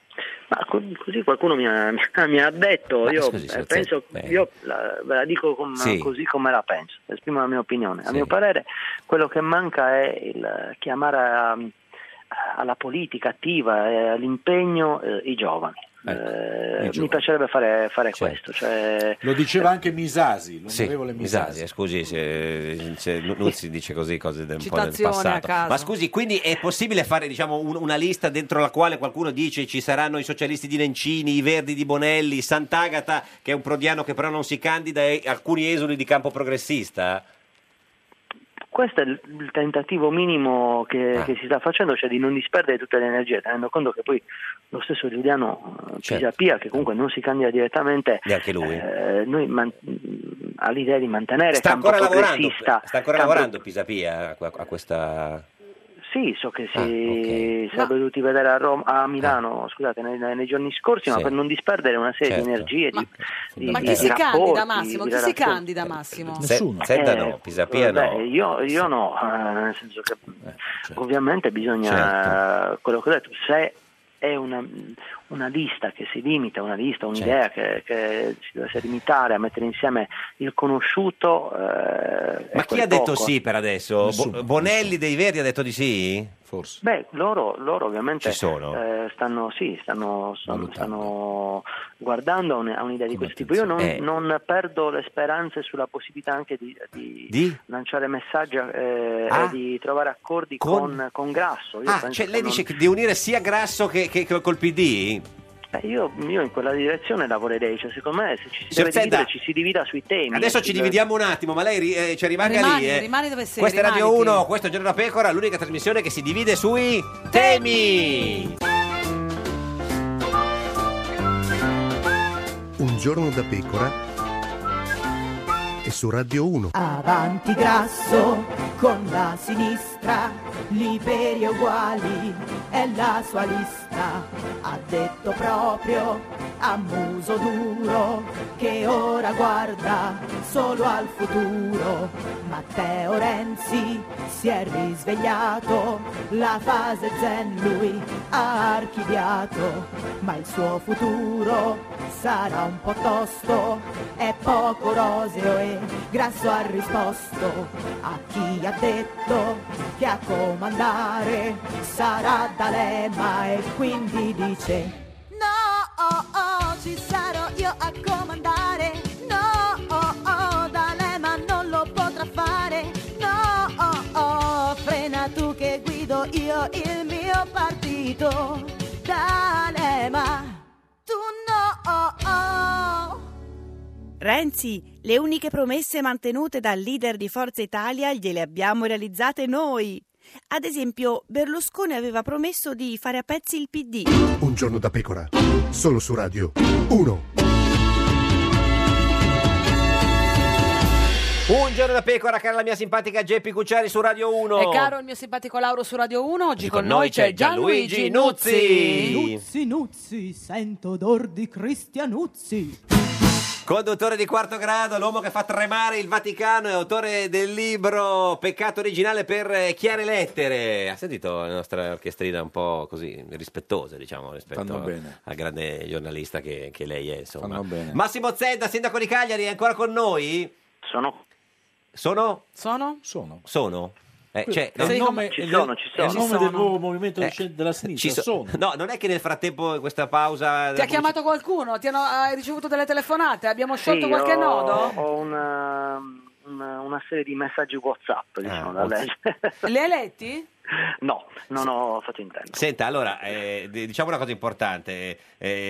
Ma co- così qualcuno mi ha, mi ha detto, Ma io scusi, eh, signor penso, Zedda, eh. io la, ve la dico com- Sì. così come la penso, esprimo la mia opinione. A Sì. mio parere quello che manca è il chiamare a- alla politica attiva e all'impegno eh, i giovani. Ecco, Eh, i mi giovani. piacerebbe fare, fare Certo. questo. Cioè, Lo diceva anche Misasi, Sì, l'onorevole Misasi, Misasi. eh, scusi, se, se Nuzzi dice così cose del, un po' del Citazioni a passato. caso. Ma scusi, quindi è possibile fare diciamo, un- una lista dentro la quale qualcuno dice ci saranno i socialisti di Nencini, i Verdi di Bonelli, Sant'Agata, che è un prodiano che però non si candida, e alcuni esuli di campo progressista? questo è il, il tentativo minimo che, Ah. che si sta facendo, cioè di non disperdere tutte le energie, tenendo conto che poi lo stesso Giuliano eh, Certo. Pisapia, che comunque non si candida direttamente, Neanche lui. eh, noi man- ha l'idea di mantenere Sta campo ancora lavorando, progressista. sta ancora campo- lavorando Pisapia a, a questa... Sì, so che si Ah, ok. sarebbe dovuti vedere a, Roma, a Milano, scusate, nei, nei giorni scorsi, Sì. ma per non disperdere una serie Certo. di energie, di, di- Ma di chi si rapporti, candida, Massimo? di Chi si relazioni. candida, Massimo? Nessuno. Zedda Eh, no, Pisapia beh, no. Io, io no, eh, nel senso che certo. ovviamente bisogna, quello che ho detto, se è una, una lista che si limita, una lista, un'idea che, che si dovesse limitare a mettere insieme il conosciuto. eh, Ma e chi quel ha detto poco. sì per adesso? Bo- Nessuno. Bonelli dei Verdi ha detto di sì? Forse. Beh, loro, loro ovviamente Ci sono? eh, stanno, sì, stanno, stanno, Valutando. stanno guardando a, un- a un'idea di Con questo tipo. Io non, Eh. non perdo le speranze sulla possibilità anche di, di Di? lanciare messaggi eh, Ah. e di trovare accordi Con- con, con Grasso. Io Ah, penso cioè che lei non- dice che di unire sia Grasso che, che- che col P D? Eh, io, io in quella direzione lavorerei, cioè, secondo me se ci si Signor deve dividere Zedda, ci si divida sui temi. Adesso eh, ci si- dividiamo un attimo, ma lei ri- eh, cioè, rimanga Rimani, lì. eh. rimani dove sei, Questa è Radio rimaniti. uno, questo è Giorno da Pecora, l'unica trasmissione che si divide sui temi. Un giorno da pecora e su Radio uno. Avanti Grasso con la sinistra, liberi e uguali è la sua lista. Ha detto proprio a muso duro, che ora guarda solo al futuro. Matteo Renzi si è risvegliato, la fase zen lui ha archiviato, ma il suo futuro sarà un po' tosto, è poco roseo e grasso ha risposto a chi ha detto che a comandare sarà D'Alema, e quindi dice: no, oh, oh, ci sarò io a comandare, no, oh, oh, D'Alema non lo potrà fare, no, oh, oh, frena tu che guido io il mio partito, D'Alema, tu no, oh, oh. Renzi, le uniche promesse mantenute dal leader di Forza Italia gliele abbiamo realizzate noi. Ad esempio, Berlusconi aveva promesso di fare a pezzi il P D. Un giorno da pecora, solo su Radio uno. Un giorno da pecora, cara la mia simpatica Geppi Cucciari su Radio uno. E caro il mio simpatico Lauro su Radio uno, oggi con, con noi c'è Gianluigi Nuzzi. Nuzzi. Nuzzi, Nuzzi, sento odor di Cristianuzzi. Conduttore di quarto grado, l'uomo che fa tremare il Vaticano, e autore del libro Peccato originale per chiare lettere. Ha sentito la nostra orchestrina un po' così rispettosa, diciamo, rispetto Fanno bene. al grande giornalista che, che lei è, insomma. Fanno bene. Massimo Zedda, sindaco di Cagliari, è ancora con noi? Sono. Sono? Sono? Sono. Sono? Eh, cioè, È il no, nome, Ci è il- sono, ci è il sono. nome Ci del sono. nuovo movimento Eh, di della sinistra. ci so- sono. No, non è che nel frattempo in questa pausa... Ti ha chiamato qualcuno? Ti hanno, hai ricevuto delle telefonate? Abbiamo sciolto Sì, qualche ho, nodo? Ho una, una, una serie di messaggi WhatsApp, diciamo, da WhatsApp. leggere. Li hai letti? No, non ho fatto in tempo. Senta, allora, eh, d- diciamo una cosa importante.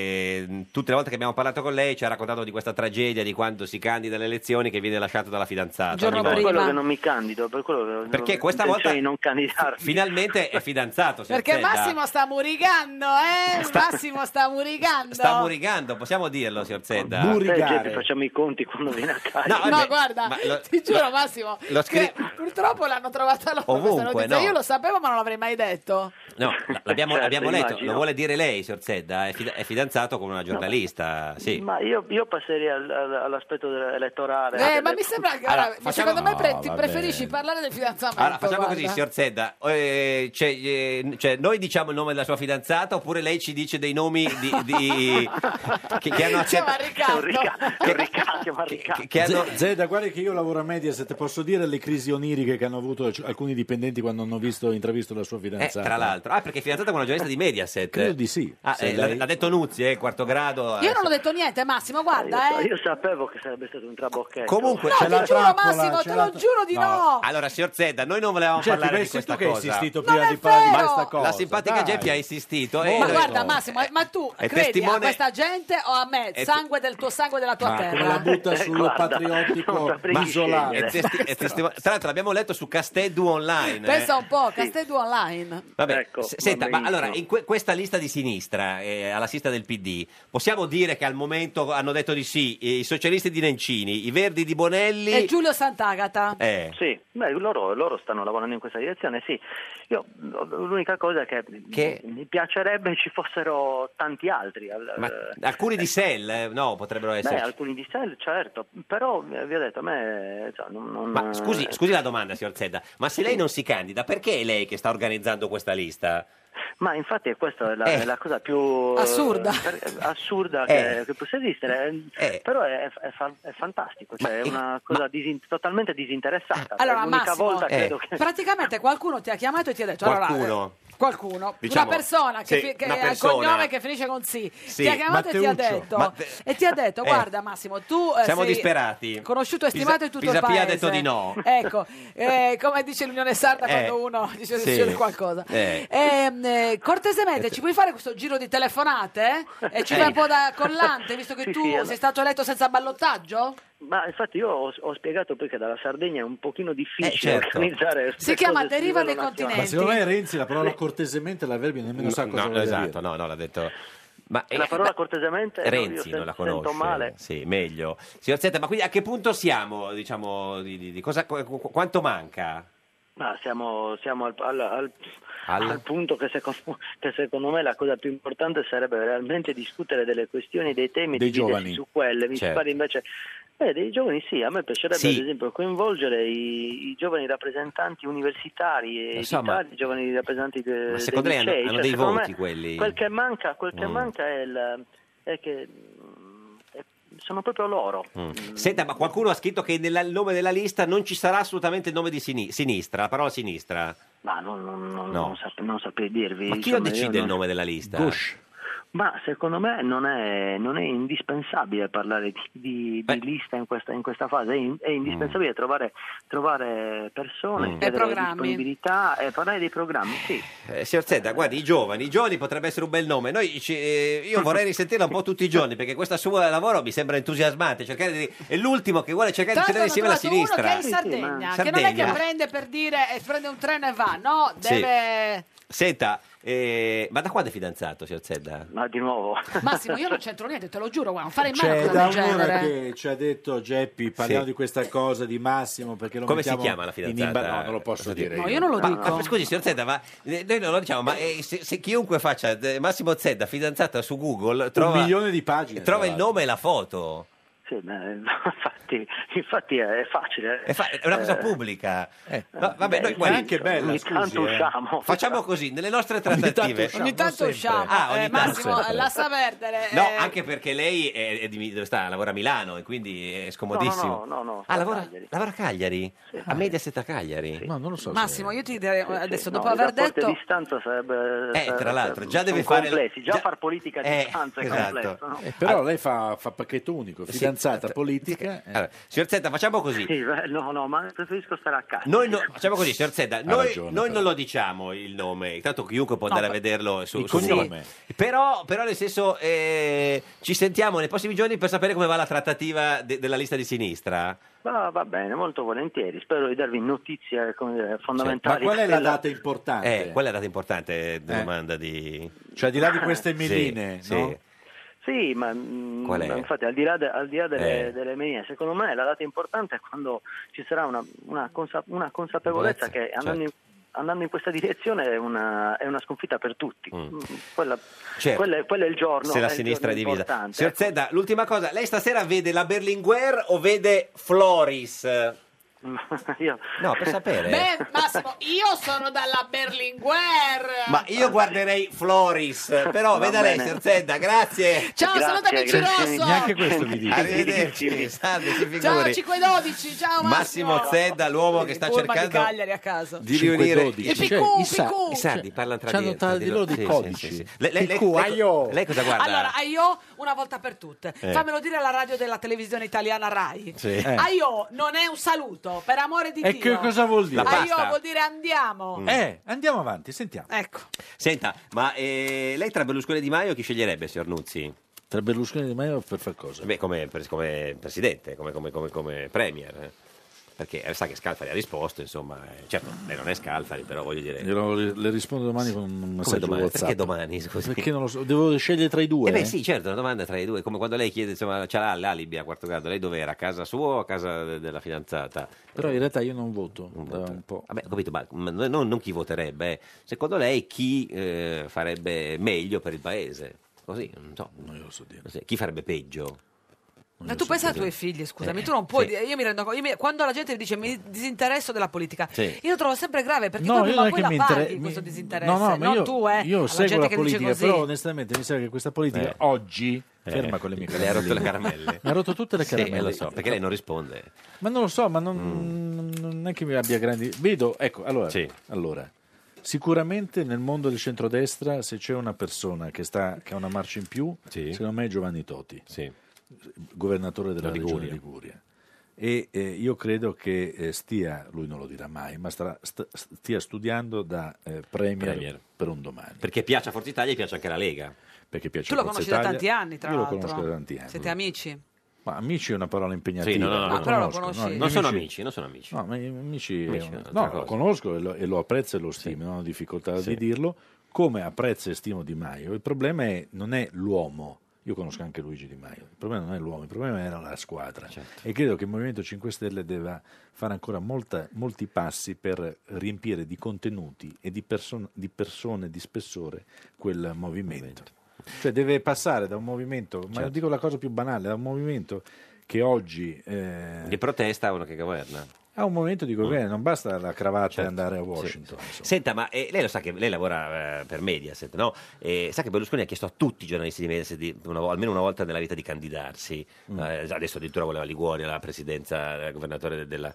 Eh, tutte le volte che abbiamo parlato con lei ci ha raccontato di questa tragedia, di quando si candida alle elezioni, che viene lasciato dalla fidanzata. Il giorno ogni Per volta. quello prima. che non mi candido, per quello che Perché ho questa intenzione volta di non candidarmi. Finalmente è fidanzato, signor Perché Zedda. Massimo sta murigando, eh? Sta- Massimo sta murigando. Sta murigando, possiamo dirlo, signor Zedda? Muri- Eh, Brigare. gente, facciamo i conti quando viene a casa. No, No, vabbè, guarda, ma lo- ti giuro lo- Massimo, lo scri- che purtroppo l'hanno trovata loro questa Ovunque, notizia. no. Io lo sapevo ma non l'avrei mai detto. No, l'abbiamo, Certo, l'abbiamo letto, immagino. lo vuole dire lei, signor Zedda? È, fida- è fidanzato con una giornalista, sì. Ma io, io passerei al- al- all'aspetto de- elettorale. Eh, Anche ma le- mi sembra che Allora, guarda, facciamo- secondo me pre- No, ti va preferisci bene. parlare del fidanzamento. Allora, facciamo guarda. così, signor Zedda. Eh, cioè, eh, cioè, noi diciamo il nome della sua fidanzata, oppure lei ci dice dei nomi di, di- che, che hanno Chiama accettato. È un Riccardo. ricatto, è un ricatto, chiama ricatto. Che, che hanno... Z- Zedda, guarda che io lavoro a Mediaset, posso dire le crisi oniriche che hanno avuto c- alcuni dipendenti quando hanno visto intravisto la sua Eh, fidanzata. tra l'altro, ah, perché è fidanzata con una giornalista di Mediaset. Credo di sì. Ah, Se eh, l'ha, lei- l'ha detto Nuzzi, eh, quarto grado. Io eh, non ho detto niente, Massimo, guarda, io, eh. io sapevo che sarebbe stato un trabocchetto. Comunque, No, c'è ti la giuro trappola, Massimo, c'è te la lo tra- giuro di no. No. Allora, signor Zedda, noi non volevamo Certo, parlare beh, di sei questa tu che hai cosa. insistito Non prima è di parlare di vero. questa cosa. La simpatica dai. Geppi ha insistito. e Ma Ma noi- guarda Massimo, eh, ma tu È credi testimone- a questa gente o a me? È- Sangue del tuo sangue della tua Ma come terra? la butta Eh, sullo guarda, patriottico non saprei Ma isolare. è testi- è testimo- tra l'altro l'abbiamo letto su Castedu Online. Pensa eh. un po', Castedu Online. Vabbè, Ecco, s- senta, va ma benissimo. allora in que- questa lista di sinistra, eh, alla lista del P D, possiamo dire che al momento hanno detto di sì i socialisti di Nencini, i Verdi di Bonelli. E Giulio Sant'Agata. Eh. Sì, beh, loro, loro stanno lavorando in questa direzione, sì. Io, l'unica cosa è che, Che? mi piacerebbe ci fossero tanti altri. al- Ma alcuni di Sell, eh, no, potrebbero Beh, essere. alcuni di Sell, certo, però eh, vi ho detto, a me... cioè, non, non- Ma scusi, scusi la domanda, signor Zedda, ma se lei non si candida, perché è lei che sta organizzando questa lista? Ma infatti questa è la, Eh. è la cosa più eh, Assurda. per- assurda Eh. che, che possa esistere, Eh. però è, è fa- è fantastico, cioè Ma- è una cosa disin- totalmente disinteressata. Allora, è l'unica Massimo, volta eh. credo che... Praticamente qualcuno ti ha chiamato e ti ha detto allora, Qualcuno. eh, qualcuno, Diciamo, una persona che, sì, fi- che una ha il persona. cognome che finisce con sì, Sì, ti ha chiamato e ti ha Matteuccio. detto Matte- e ti ha detto Eh. guarda Massimo, tu eh, Siamo sei disperati. conosciuto e Pisa- stimato in tutto il Pisapia ha paese. detto di no. Ecco, eh, come dice l'Unione Sarda Eh, quando uno dice sì. succede qualcosa. Eh. Ehm, eh, cortesemente ci puoi fare questo giro di telefonate? E ci Eh. fai un po' da collante, visto che Sì, tu sì, allora- sei stato eletto senza ballottaggio? Ma infatti io ho, ho spiegato poi che dalla Sardegna è un pochino difficile Eh, certo. organizzare... Si queste chiama cose su Deriva livello dei nazionale. Ma continenti. secondo me Renzi la parola cortesemente l'avverbio nemmeno sa cosa no, vuol esatto, dire. no, no, l'ha detto. Ma, La eh, parola ma- cortesemente no, Renzi io non la sen- sento conosce. male. Sì, meglio. Signor Zetta, ma quindi a che punto siamo, diciamo, di, di- di cosa, qu- qu- quanto manca? Ma siamo, siamo al, al, al, Al- al punto che secondo, che secondo me la cosa più importante sarebbe realmente discutere delle questioni, dei temi, Dei dividersi giovani. su quelle. Mi Certo. pare invece eh, dei giovani sì, a me piacerebbe Sì. ad esempio coinvolgere i, i giovani rappresentanti universitari e Lo so, ma- i giovani rappresentanti de, Ma secondo dei lei hanno- licei. hanno Cioè, dei secondo voti me quelli? Quel che manca, quel che Mm. manca è, il, è che mm, è- sono proprio loro. Mm. Senta, ma qualcuno ha scritto che nel nome della lista non ci sarà assolutamente il nome di sini- sinistra, la parola sinistra. Ma non, non, non, No. non, sap- non saprei dirvi. Ma chi lo insomma, io decide il non- nome della lista? Ma secondo me non è, non è indispensabile parlare di, di- di lista in questa, in questa fase, è, in- è indispensabile trovare, trovare persone, Mm. chiedere E programmi. disponibilità e parlare dei programmi, sì. Eh, signor Zedda, guardi, i giovani, i giovani potrebbe essere un bel nome. Noi ci- eh, io vorrei risentirla un po' tutti i giorni perché questo suo lavoro mi sembra entusiasmante. Cercare di, è l'ultimo che vuole cercare di Tra tenere l'altro insieme hanno la trovato uno che è sinistra. in Sardegna, Sì, che non è che Sardegna. prende per dire eh, prende un treno e va, no, Sì. deve... Senta, eh, ma da quando è fidanzato, signor Zedda? Ma di nuovo. Massimo, io non c'entro niente, te lo giuro, guarda, non fare in mano C'è una da cosa del un'ora genere. che ci ha detto Geppi, parliamo Sì. di questa cosa di Massimo perché lo Come si mettiamo chiama la in fidanzata? imba- No, non lo posso dire. No, io non lo Ma- dico. ma scusi, signor Zedda, ma eh, noi non lo diciamo, ma eh, se, se chiunque faccia eh, Massimo Zedda fidanzata su Google trova, Un milione di pagine. trova tra il nome e la foto. Sì, ma, infatti, infatti è facile. È, fa- è una cosa Eh, pubblica. Eh. No, vabbè, beh, noi, sì, guardi, anche bella, ogni scusi, tanto eh. usciamo. facciamo così, nelle nostre Ogni tanto trattative. usciamo. Ogni tanto non usciamo, sempre. Ah, ogni eh, tanto Massimo, sempre. lascia perdere. No, eh, anche perché lei è, è di, dove sta? Lavora a Milano e quindi è scomodissimo. No, no, no, no, sta Ah, a lavora, Cagliari. lavora a Cagliari? A Mediaset a Cagliari? No, non lo so. Massimo, io ti direi adesso, No, dopo i aver rapporti detto... a distanza sarebbe, Eh, tra l'altro, già sono deve fare- complessi, già, già- far politica a Eh, distanza è esatto. complesso, no? Eh, però lei fa, fa pacchetto unico, Sì. fidanzata, politica. eh. Allora, signor Zedda, facciamo così. Sì, beh, no, no, ma preferisco stare a casa. Noi no- facciamo così, signor Zedda, noi, ragione, noi però. non lo diciamo il nome, tanto chiunque può No, andare a per- vederlo su, Il su cognome. Google. Però, però nel senso eh, ci sentiamo nei prossimi giorni per sapere come va la trattativa de- della lista di sinistra. Va, va bene, molto volentieri. Spero di darvi notizie come dire, Ma fondamentali. qual è la Quella- data importante? Eh, quella è la data importante domanda di... Cioè, di là di queste milline, Sì, no? sì. Sì, ma mm, Qual è? infatti al di là, de- al di là delle, Eh. delle mie, secondo me la data importante è quando ci sarà una, una, consa- una consapevolezza che andando, certo. in, andando in questa direzione è una, è una sconfitta per tutti. Mm. Mm, Quella, Certo. quello, è, quello è il giorno. Se la è il sinistra è giorno divisa. importante, Signor ecco. Zedda, l'ultima cosa, lei stasera vede la Berlinguer o vede Floris? Io- No, per sapere. Beh, Massimo, io sono dalla Berlinguer. Ma io guarderei Floris, però Va veda lei, bene. signor Zedda, grazie. Ciao, Grazie, saluta amici grazie. Rosso. Neanche questo mi dice. Arrivederci, salve, si Ciao, figuri. cinque e dodici, ciao Massimo. Massimo Zedda, l'uomo che sta Il pullman cercando di Cagliari a caso. di cinque riunire dodici. Il P Q, Cioè, P i sa- Q. i sardi, parlano tra C'hanno di, tra di loro dei Sì, codici. sì, sì. Lei, lei- lei- P Q, lei- aio. lei cosa guarda? Allora, a io una volta per tutte, Eh. fammelo dire alla radio della televisione italiana Rai. Sì. Eh. A io non è un saluto, per amore di E Dio. che cosa vuol dire? La A io pasta. vuol dire andiamo. Eh, andiamo avanti, sentiamo. Ecco. Senta, ma eh, lei tra Berlusconi e Di Maio chi sceglierebbe, signor Nuzzi? Tra Berlusconi e Di Maio per far cosa? Beh, come, pres- come presidente, come, come- come- come premier. eh. Perché eh, sa che Scalfari ha risposto, insomma. eh, certo, lei non è Scalfari, però voglio dire... Glielo- le rispondo domani con un messaggio domani? WhatsApp. Perché domani, scusi? Perché non lo so, devo scegliere tra i due. Eh beh eh? sì, certo, una domanda tra i due, come quando lei chiede, insomma, c'ha l'alibi a quarto grado, lei dov'era? A casa sua o a casa de- della fidanzata? Però in realtà io non voto. Non da vota. un po'. Vabbè, ho capito, ma ma non, non chi voterebbe, eh. Secondo lei chi eh, farebbe meglio per il paese? Così, non so. Non glielo so dire. Non so, chi farebbe peggio? Ma tu pensa ai tuoi figli, scusami, Eh, tu non puoi sì. dire, io mi rendo conto, io mi- quando la gente dice mi disinteresso della politica, Sì. io lo trovo sempre grave perché No, tu io prima non o è poi che la mi paghi inter- questo mi- disinteresse, No, no, ma non io, tu, eh. io alla seguo gente la che dice politica, così. però onestamente mi sa che questa politica Eh. oggi Eh, ferma con le mie le ha rotto le caramelle. Mi ha rotto tutte le Sì, caramelle. eh, lo so, perché lei non risponde. Ma non lo so, ma non, non è che mi abbia grandi... Vedo, ecco, allora, Sì. allora, sicuramente nel mondo del centrodestra se c'è una persona che, sta, che ha una marcia in più, Sì. secondo me è Giovanni Toti, Sì. governatore della La regione Liguria. Liguria. E eh, io credo che eh, stia, lui non lo dirà mai, ma starà- st- stia studiando da eh, premier, Premier. per un domani. Perché piace a Forza Italia e piace anche alla Lega. Perché piace Tu lo a Forza conosci da Italia. tanti anni, tra Io lo l'altro. conosco da tanti anni. Siete amici? Ma amici è una parola impegnativa. Sì, no, no, no, lo no. Però lo conosco, conosci? no, gli Non sono amici- amici, non sono amici. No, ma gli amici, Amici è è un- un'altra no, cosa. lo conosco e lo, e lo apprezzo e lo stimo, non ho difficoltà Sì. di dirlo, come apprezzo e stimo Di Maio. Il problema è, non è l'uomo, Io conosco anche Luigi Di Maio. Il problema non è l'uomo, il problema era la squadra. E credo che il Movimento cinque Stelle debba fare ancora molta, molti passi per riempire di contenuti e di, person- di persone di spessore quel movimento. Cioè deve passare da un movimento, ma Certo. dico la cosa più banale, da un movimento che oggi eh, Di protesta a uno che governa. ha un movimento di governo, non basta la cravatta Certo, e andare a sì, Washington. sì. Senta, ma eh, lei lo sa che lei lavora eh, per Mediaset, no? E sa che Berlusconi ha chiesto a tutti i giornalisti di Mediaset di, una vo- almeno una volta nella vita di candidarsi. Mm. Eh, adesso addirittura voleva Liguori alla presidenza, eh, governatore della,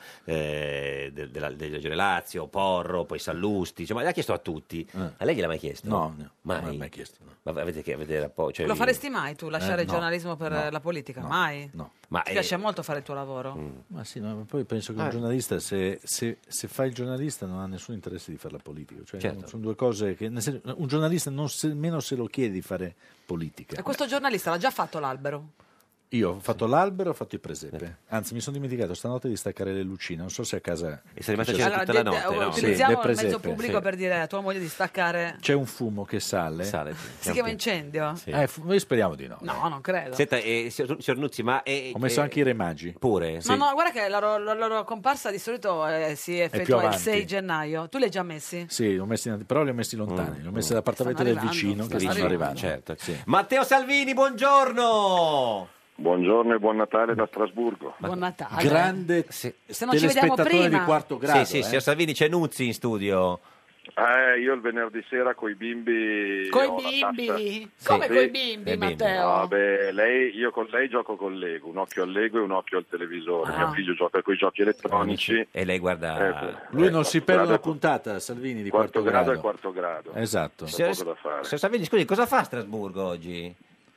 eh, de- della, della Regione Lazio, Porro, poi Sallusti, insomma, l'ha chiesto a tutti. A lei gliel'ha mai chiesto? No, no, mai. non l'ha mai chiesto. no. Ma avete che avete rapporto? Cioè, Lo vi- faresti mai tu, lasciare Eh, il no, giornalismo per no, la politica? no, Mai? no. Ma Ti eh, piace molto fare il tuo lavoro? Ma sì, no, ma poi penso che un Eh. giornalista, se, se, se fa il giornalista, non ha nessun interesse di fare la politica. Cioè, Certo. sono due cose che. nel senso, un giornalista non se, nemmeno se lo chiede di fare politica. E questo giornalista l'ha già fatto l'albero? Io ho fatto l'albero, ho fatto il presepe. Anzi, mi sono dimenticato stanotte di staccare le lucine. Non so se a casa. E sei rimasta c'è- accesa tutta la de- de- notte, no? Utilizziamo Sì, il le mezzo presepe, pubblico sì. per dire a tua moglie di staccare. C'è un fumo che sale. Si chiama incendio? Eh, fu- noi speriamo di no. No, non credo. Senta, eh, signor signor Nuzzi, ma... eh, Ho messo eh, anche i re magi. Pure? No, no, guarda che la loro, la loro comparsa di solito eh, si più effettua il avanti. sei gennaio. Tu li hai già messi? Sì, li ho messi in- però li ho messi lontani. Li ho messi all'appartamento Stanno del arrivando, vicino che stanno stanno arrivando. arrivando. Certo. Sì. Matteo Salvini, buongiorno! Buongiorno e buon Natale da Strasburgo. Buon Natale. Grande Se non ci vediamo telespettatore prima. di quarto grado. Sì, sì, eh. signor Salvini, c'è Nuzzi in studio. Eh, io il venerdì sera coi bimbi. Coi ho la bimbi? tassa- Come Sì. coi bimbi, Eh, bimbi. Matteo? No, beh, lei, io con lei gioco con Lego, un occhio al Lego e un occhio al televisore. Ah. Mio figlio gioca con i giochi elettronici. E lei guarda... Eh, Lui eh, non si quarto perde grado una e- puntata, Salvini, di quarto quarto, grado grado. e quarto grado. Esatto. C'è poco da fare. Signor Salvini, scusi, cosa fa a Strasburgo oggi?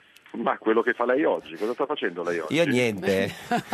Ma quello che fa lei oggi, cosa sta facendo lei oggi? Io niente.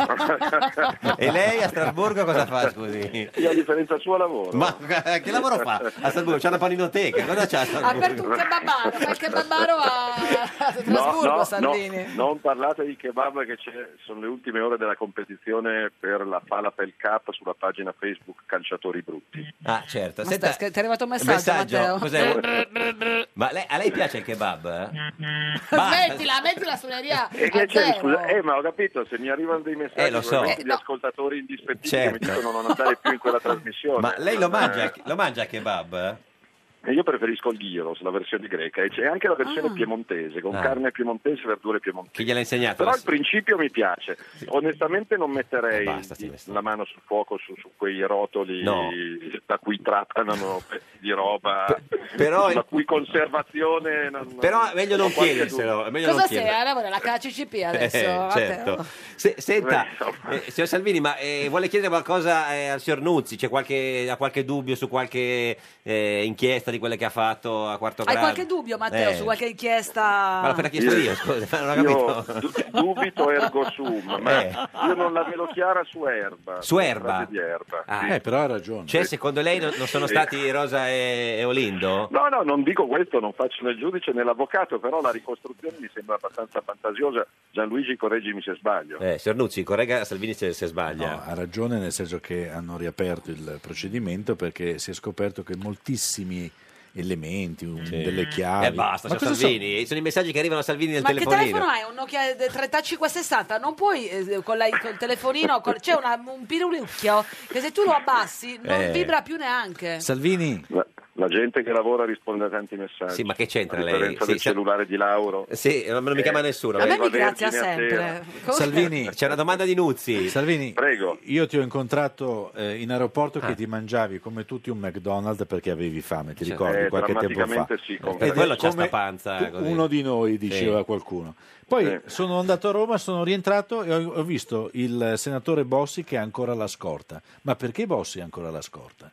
E lei a Strasburgo cosa fa, scusi? Io a differenza sua lavoro. Ma che lavoro fa a Strasburgo? C'ha una paninoteca, cosa c'ha a Ha Strasburgo? aperto un kebabaro, fa il kebabaro a a Strasburgo, Salvini. no, non parlate di kebab che c'è, sono le ultime ore della competizione per la Falafel Cup sulla pagina Facebook Calciatori Brutti. Ah, certo. Ma Senta, stai, ti è arrivato un messaggio, Matteo? Cos'è? Ma lei- a lei piace il kebab? eh? Mettila, metti la suoneria E che a c'è, zero. scusa? Eh, ma ho capito, se mi arrivano dei messaggi Eh, lo so. probabilmente Eh, di no. ascoltatori indispettiti Certo. che mi dicono non andare più in quella trasmissione. Ma lei lo Eh, mangia, lo mangia il kebab? E io preferisco il gyros, la versione greca, e c'è anche la versione Ah. piemontese, con Ah. carne piemontese e verdure piemontesi. Chi gliel'ha insegnato? Però La- il principio mi piace. Onestamente non metterei Eh, basta, sì, la mano sul fuoco su, su quei rotoli No. da cui trattano pezzi di roba, però- la cui conservazione... Non, Però è meglio non ho qualche chiederselo. È meglio Cosa non sei? chiederselo. A lavoro alla C C P adesso, Eh, Matteo? certo. Se- senta, Beh, insomma. eh, signor Salvini, ma eh, vuole chiedere qualcosa eh, al signor Nuzzi? C'è qualche, ha qualche dubbio su qualche eh, inchiesta di quelle che ha fatto a quarto Hai grado? qualche dubbio, Matteo, Eh, su qualche inchiesta? Ma l'ho appena chiesto io, scusa, non ho Io capito. du- dubito ergo sum, ma Eh. io non la vedo chiara su Erba. Su Erba? Frase di Erba, Ah, sì. Eh, però ha ragione. Cioè, secondo lei non, non sono Sì. stati Rosa e, e Olindo? No, no, non dico questo, non faccio né il giudice né l'avvocato, però la ricostruzione mi sembra abbastanza fantasiosa. Gianluigi, correggimi se sbaglio. Eh, signor Nuzzi, corregga Salvini se, se sbaglia. No, ha ragione, nel senso che hanno riaperto il procedimento perché si è scoperto che moltissimi elementi, un- delle chiavi. E basta, Ma signor cosa Salvini. Sono i messaggi che arrivano a Salvini nel Ma che telefonino. telefono hai? Un Nokia trentacinque sessanta? Non puoi eh, con la- col telefonino, col- c'è una- un pirulicchio che se tu lo abbassi non Eh. vibra più neanche. Salvini, La, la gente che lavora risponde a tanti messaggi. Sì, ma che c'entra A lei? differenza Sì, del sa- cellulare di Lauro. Sì, non me lo mi chiama nessuno. A me Eva mi grazia Vergine a sempre. Come- Salvini, C'è una domanda di Nuzzi. Salvini, Prego. io ti ho incontrato eh, in aeroporto Ah. che ti mangiavi come tutti un McDonald's perché avevi fame, ti Sì. ricordi Eh, qualche tempo fa? drammaticamente sì, confermo. Per Ed è quello c'ha come sta panza. tu- così. uno di noi, diceva Sì. qualcuno. Poi Sì. sono andato a Roma, sono rientrato e ho, ho visto il senatore Bossi che ha ancora la scorta. Ma perché Bossi ha ancora la scorta?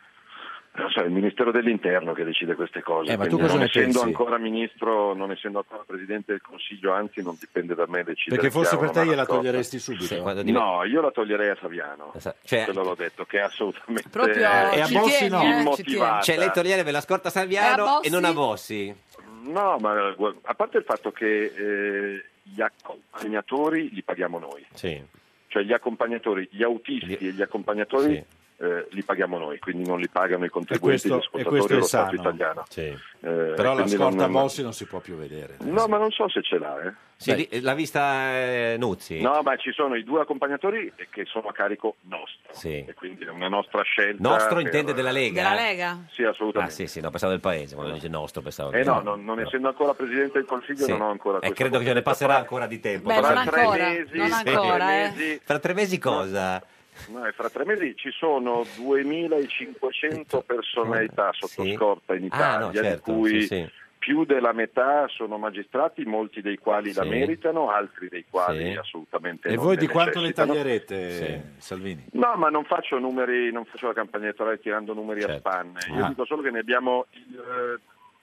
Non so, è il Ministero dell'Interno che decide queste cose. Eh, ma tu quindi cosa non ne essendo pensi? ancora ministro, non essendo ancora Presidente del Consiglio, anzi non dipende da me decidere. Perché forse chi ha per o te non ha gliela la scorta. toglieresti subito. Sì, quando div- No, io la toglierei a Saviano. Cioè, Quello l'ho detto, che è assolutamente Proprio E a ci Bossi tieni, no. eh, ci immotivata. cioè, lei toglierebbe la scorta a Salviano E a Bossi? e non a Bossi. No, ma gu- a parte il fatto che eh, gli accompagnatori li paghiamo noi. Sì. Cioè gli accompagnatori, gli autisti Gli- e gli accompagnatori Sì. eh, li paghiamo noi, quindi non li pagano i contribuenti E degli questo- e ascoltatori questo è dello Stato sano. italiano. Sì. Eh, Però la quindi scorta non- Bossi non si può più vedere. No, ma non so se ce l'ha, eh. Sì, lì- l'ha vista eh, Nuzzi? No, ma ci sono i due accompagnatori che sono a carico nostro, Sì. e quindi è una nostra scelta. Nostro per- intende della Lega? Della Lega? Sì, assolutamente. Ah sì, sì, no, pensavo del paese, quando dice nostro pensavo Eh che- no, non, non essendo ancora Presidente del Consiglio Sì. non ho ancora E questa credo che ce ne possibilità. passerà ancora di tempo. Beh, Fra non tre ancora, mesi- non fra ancora, tre eh. mesi- Fra tre mesi cosa? No, e fra tre mesi ci sono duemilacinquecento personalità sotto Sì. scorta in Ah, Italia, no, certo, di cui sì, sì. più della metà sono magistrati, molti dei quali la Sì. meritano, altri dei quali Sì. assolutamente E non voi ne di quanto le necessitano. taglierete, Salvini? No, ma non faccio numeri, non faccio la campagna elettorale tirando numeri a Certo. spanne. Io Ah. dico solo che ne abbiamo il, eh,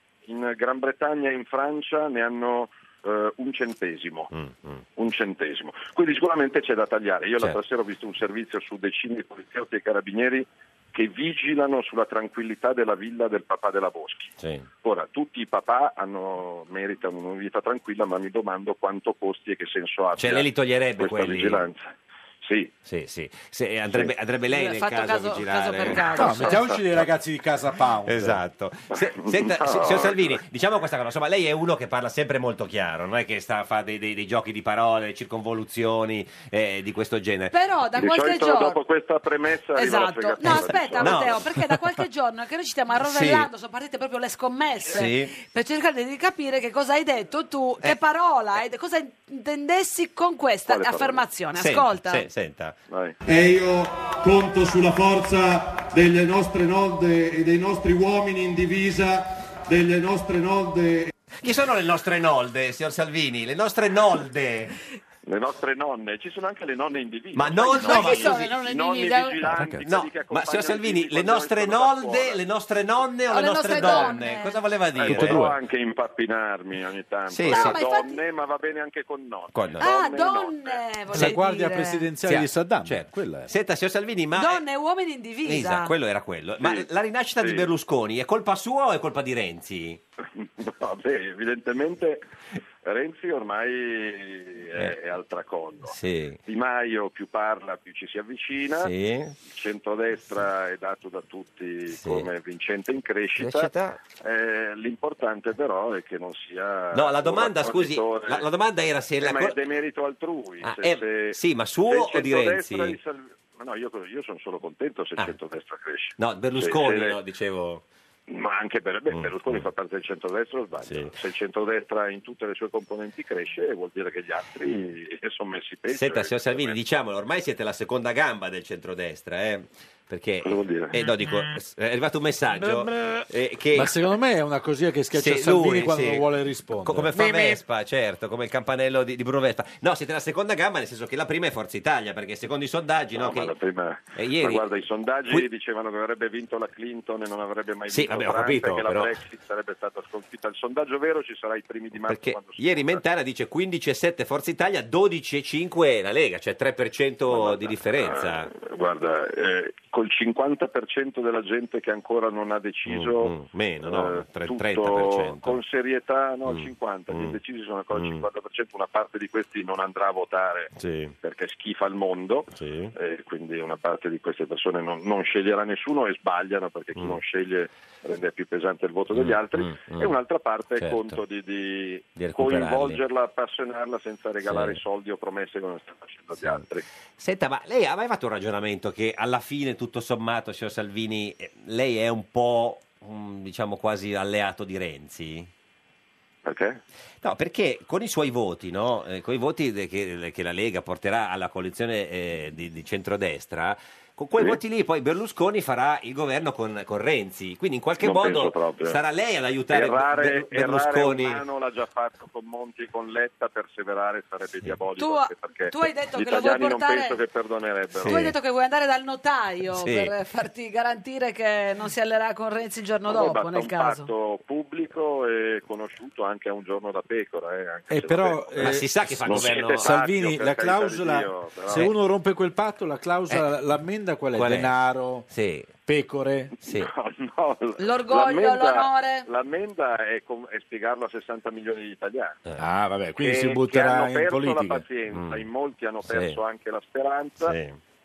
in Gran Bretagna e in Francia ne hanno eh, un centesimo. Mm, mm. Un centesimo. Quindi sicuramente c'è da tagliare. Io Certo. l'altra sera ho visto un servizio su decine di poliziotti e carabinieri che vigilano sulla tranquillità della villa del papà della Boschi. Sì. Ora, tutti i papà hanno, meritano una vita tranquilla, ma mi domando quanto costi e che senso abbia Cioè lei li toglierebbe questa quelli? vigilanza. Sì. Sì, sì. Se- andrebbe, Sì. andrebbe lei nel Fatto caso, caso- a vigilare. caso per caso. No, mettiamoci dei ragazzi di Casa Pound. Esatto. Se- senta, No. si- signor Salvini, diciamo questa cosa, insomma, lei è uno che parla sempre molto chiaro, non è che sta, fa dei, dei- dei giochi di parole, circonvoluzioni eh, di questo genere. Però da Di qualche solito giorno... dopo questa premessa arriva la Esatto, fregatura no di aspetta solito. Matteo, perché da qualche giorno che noi ci stiamo arrovellando, sono partite proprio le scommesse Sì. per cercare di capire che cosa hai detto tu, che parola, hai- cosa intendessi con questa Quale parola? affermazione. Senta, Ascolta. se- senta. Vai. E io conto sulla forza delle nostre nonne e dei nostri uomini in divisa, delle nostre nonne. Chi sono le nostre nolde, signor Salvini? Le nostre nolde? Le nostre nonne, ci sono anche le nonne in divisa. Ma non- Sai, no, i ma nonni- scusi, le nonne i in nonni divisa? vigilanti, No, quelli che ma accompagnano signor i Salvini, figli le quando nostre escono da nolde, scuola. le nostre nonne o, O le le nostre nostre donne? donne? Cosa voleva Eh, dire? posso anche impappinarmi ogni tanto. Sì, Eh, sì. No, ma infatti- donne, ma va bene anche con nonne. Con nonne. Ah, Donne e donne, La volevi guardia dire. presidenziale Sì, di Saddam. certo. Quella è. Senta, signor Salvini, ma... Donne e uomini in divisa. Divisa, quello era quello. Ma Sì, la rinascita di sì. Berlusconi è colpa sua o è colpa di Renzi? No, beh, evidentemente Renzi ormai è, è al tracollo. Sì. Di Maio più parla più ci si avvicina, Sì. il centrodestra è dato da tutti Sì. come vincente in crescita. Crescita. Eh, l'importante però è che non sia No, la un domanda, scusi, raccoglitore- la, la domanda era se... Eh, la ma co- è demerito altrui. Ah, se- eh, se- sì, ma suo se il o di centrodestra Renzi? di Salvi- ma no, io, io sono solo contento se il Ah. centrodestra cresce. No, Berlusconi, Se- se- no, dicevo... Ma anche per, beh, Mm, Berlusconi mm. fa parte del centrodestra, o sbaglio? Sì. Se il centrodestra in tutte le sue componenti cresce, vuol dire che gli altri sono messi peggio. Senta, signor Salvini, evidentemente. diciamolo, ormai siete la seconda gamba del centrodestra, eh? Perché... Cosa vuol dire? Eh, no, dico, è arrivato un messaggio eh, che... Ma secondo me è una così che schiaccia Sì, Salvini lui, quando sì. non vuole rispondere. Co- come fa Vespa, certo, come il campanello di, di Bruno Vespa. No, siete la seconda gamba, nel senso che la prima è Forza Italia, perché secondo i sondaggi, no, No, ma che... la prima- eh, ieri- ma guarda, i sondaggi Qui- dicevano che avrebbe vinto la Clinton e non avrebbe mai Sì, vinto vabbè, ho Trump, capito, e che la però- Brexit sarebbe stata sconfitta. Il sondaggio vero ci sarà i primi di marzo. Perché quando si ieri vota. Mentana dice quindici virgola sette Forza Italia, dodici virgola cinque la Lega, cioè tre per cento di differenza. Eh, guarda, eh, col cinquanta per cento della gente che ancora non ha deciso, Mm, mm, meno, no, eh, tre- tutto trenta per cento. con serietà, no, Mm, cinquanta, gli mm, indecisi sono ancora il mm. cinquanta per cento, una parte di questi non andrà a votare Sì, perché schifa il mondo, sì. e quindi una parte di queste persone non, non sceglierà nessuno e sbagliano perché chi Mm. non sceglie rende più pesante il voto degli Mm, altri, mm, mm. e un'altra parte Certo. conto di, di Di recuperarli. coinvolgerla, appassionarla senza regalare Sì. soldi o promesse come stanno facendo gli altri. Senta, ma lei ha mai fatto un ragionamento che alla fine, tutto sommato, signor Salvini, eh, lei è un po', mm, diciamo, quasi alleato di Renzi? Perché? No, perché con i suoi voti, no? Eh, con i voti de- che, che la Lega porterà alla coalizione eh, di, di centrodestra, con quei Sì. voti lì poi Berlusconi farà il governo con, con Renzi, quindi in qualche Non penso modo proprio. sarà lei ad aiutare Errare, Ber- errare Berlusconi. un anno l'ha già fatto con Monti e con Letta, perseverare sarebbe diabolico, Tu- anche perché tu hai detto gli che lo vuoi italiani non portare- penso che perdonerebbero. Tu hai detto che vuoi andare dal notaio Sì. per farti garantire che non si allerà con Renzi il giorno Ma dopo, basta nel un caso. patto pubblico e conosciuto anche a un giorno da pecora. Eh, anche E se però, lo eh, Ma si sa che fa il non governo- siete Salvini, fazio, per la carità di clausola, Dio, però- se uno rompe quel patto, la clausola, l'ammenda qual è? Qual è? Denaro, Sì, pecore? sì. No, no, L'orgoglio, l'ammenda- l'onore? L'ammenda è, com- è spiegarlo a sessanta milioni di italiani. Ah, vabbè, quindi che- si che butterà hanno in perso politica. la pazienza, Mm. in molti hanno Sì. perso anche la speranza. Sì.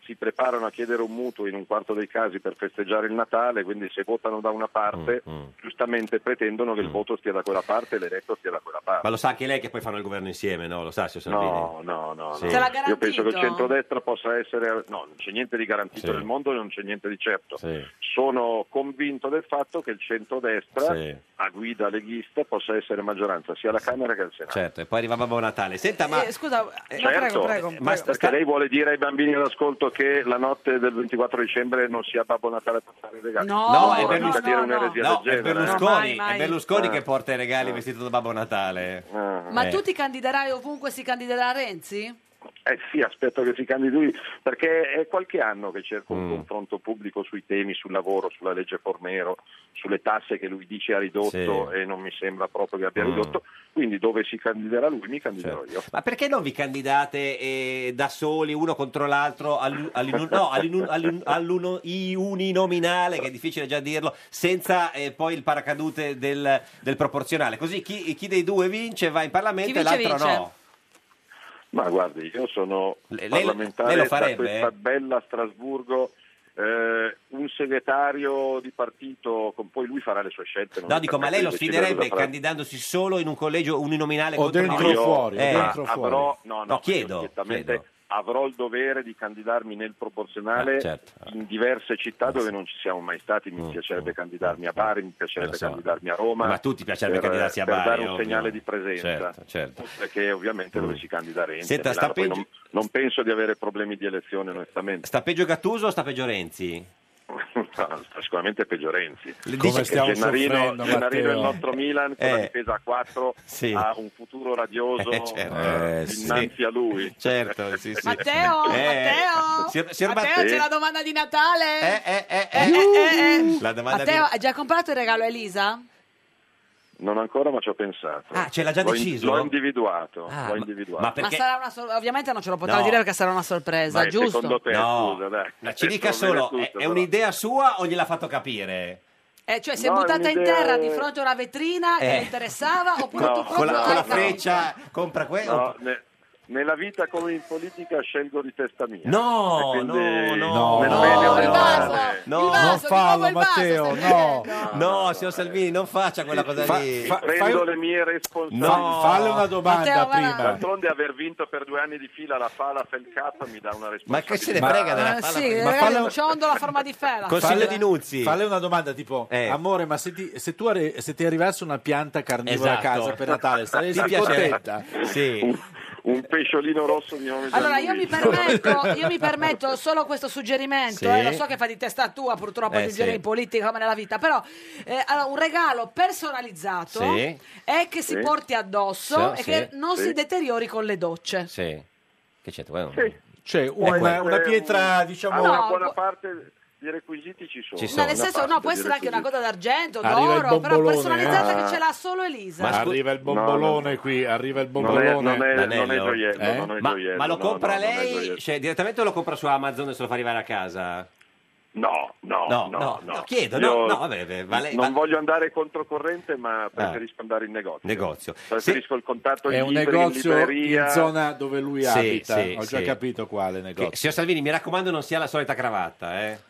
si preparano a chiedere un mutuo in un quarto dei casi per festeggiare il Natale, quindi se votano da una parte, Mm, mm. giustamente pretendono che il voto stia da quella parte e l'eletto stia da quella parte. Ma lo sa anche lei che poi fanno il governo insieme, no? Lo sa, signor Salvini? No, no, no. Sì. no. Ce l'ha Io penso che il garantito? centrodestra possa essere... No, non c'è niente di garantito Sì. nel mondo e non c'è niente di certo. Sì. Sono convinto del fatto che il centrodestra, Sì. a guida leghista, possa essere maggioranza sia alla Camera che al Senato. Certo, e poi arriva Babbo Natale. Senta, ma... Eh, scusa, no, Certo, prego, prego. ma prego. perché lei vuole dire ai bambini all'ascolto che la notte del ventiquattro dicembre non sia Babbo Natale per fare i regali? No, No, Non è vorrà Berlus- mica dire no, un'eresia No, del è genere. Berlusconi, No, mai, mai. è Berlusconi Ah. che porta i regali Ah. vestito da Babbo Natale. Ah. Ma Eh. tu ti candiderai ovunque si candiderà Renzi? Eh sì, aspetto che si candidi lui, perché è qualche anno che cerco un Mm. confronto pubblico sui temi, sul lavoro, sulla legge Fornero, sulle tasse che lui dice ha ridotto Sì. e non mi sembra proprio che abbia Mm. ridotto, quindi dove si candiderà lui mi candiderò Certo. io. Ma perché non vi candidate eh, da soli, uno contro l'altro, all'u- all'inu- no, all'inu- all'un- all'uno- i- uninominale, che è difficile già dirlo, senza eh, poi il paracadute del, del proporzionale? Così chi, chi dei due vince va in Parlamento Chi e vince, l'altro vince. no. Ma guardi, io sono Lei- parlamentare lei lo da farebbe, questa eh? bella Strasburgo, eh, un segretario di partito, con poi lui farà le sue scelte. non No, mi dico, ma permetto lei lo di decidere sfiderebbe cosa farà. candidandosi solo in un collegio uninominale O contro dentro di- o fuori, o Eh, dentro o fuori. avrò, no, no, No, chiedo, io direttamente chiedo. avrò il dovere di candidarmi nel proporzionale Ah, certo. in diverse città dove non ci siamo mai stati. Mi Mm, piacerebbe mm, candidarmi a Bari, mi piacerebbe lo so. candidarmi a Roma. Ma a tutti piacerebbe per- candidarsi a per Bari, dare un ovvio. segnale di presenza. Certo, certo. Perché ovviamente dove Mm. si candida Renzi. Senta, a Milano. sta Poi peggio- non, non penso di avere problemi di elezione, onestamente. Sta peggio Gattuso o sta peggio Renzi? No, sta sicuramente peggio Renzi. Le Come dice- stiamo Gennarino, soffrendo, Gennarino e il Matteo. nostro Milan con Eh. la difesa a quattro Sì. ha un futuro radioso Eh, certo. eh, Eh, sì. innanzi a lui. Certo, sì, sì. Matteo, Eh, Matteo, signor- signor Matteo, Matteo. c'è la domanda di Natale. Eh, eh, eh, Eh, eh. eh, eh. La domanda Matteo, di- hai già comprato il regalo a Elisa? Non ancora, ma ci ho pensato. Ah, ce l'ha già L'ho in- deciso? L'ho individuato. Ah, l'ho ma- individuato. ma Ma perché... sarà una sor- ovviamente non ce lo potrà No. dire perché sarà una sorpresa, Ma è giusto? secondo te, No, scusa, dai. ma ci dica Va bene solo, tutto, è, è però. un'idea sua o gliel'ha fatto capire? Eh, cioè, si è No, è buttata in un'idea- terra di fronte a una vetrina che Eh. le interessava oppure No, tu Con la, proprio con la hai- no. freccia compra quello? No, ne- nella vita come in politica scelgo di testa mia. No, E quindi no, no, nel no, bene o nel il male. vaso, No. il Non vaso, Non di fallo, nuovo il vaso, Matteo, stai no. vedendo? No, signor Salvini, non faccia quella cosa Fa- lì. fa- Prendo le mie responsabilità. No. Falle una domanda Matteo, guarda- prima. D'altronde aver vinto per due anni di fila la Falafel Cup mi dà una Ma responsabilità. che se ne Ma- frega della Eh, palla? sì, Ma ragazzi, fallo- un ciondo la forma di fela. Consiglio Falle- di Nuzzi. Falle una domanda tipo, Eh. amore, ma se ti, se tu arri- se ti arrivasse una pianta carnivora Esatto. a casa per Natale, saresti Ti piacerebbe? contenta? Sì. Un, un pesciolino rosso di nome Allora io mi, Gianluigi. permetto, io mi permetto solo questo suggerimento, Sì. eh, lo so che fa di testa tua purtroppo Eh, di un sì. genere in politica come nella vita, però eh, allora, un regalo personalizzato Sì. è che si Sì. porti addosso Sì, e che sì. non Sì. si deteriori con le docce. Sì. Che c'è? Quello- Sì. Cioè, Può una, essere una pietra, un- diciamo... allora, No, buona può- parte di requisiti ci sono. Ci No, sono. nel Una senso, parte no, può di essere anche una requisiti. cosa d'argento, Arriva il d'oro, però bombolone, personalizzata eh. che ce l'ha solo Elisa. Ma scu- Arriva il No, bombolone no. qui, arriva il Non è, bombolone. non è, non è L'anello. gioiello, Eh? non è Ma, gioiello, ma lo no, compra no, non è lei? gioiello. Cioè, direttamente o lo compra su Amazon e se lo fa arrivare a casa? No, no, No, no, no, no. no, chiedo, Io no, no, vabbè, vabbè, va lei- non va- voglio andare controcorrente, ma preferisco andare in negozio. Negozio. Preferisco il contatto È in un libri, negozio in in, libreria. zona dove lui Sì, abita. sì, Ho già sì. capito quale Che- negozio. signor Salvini, mi raccomando, non sia la solita cravatta, eh?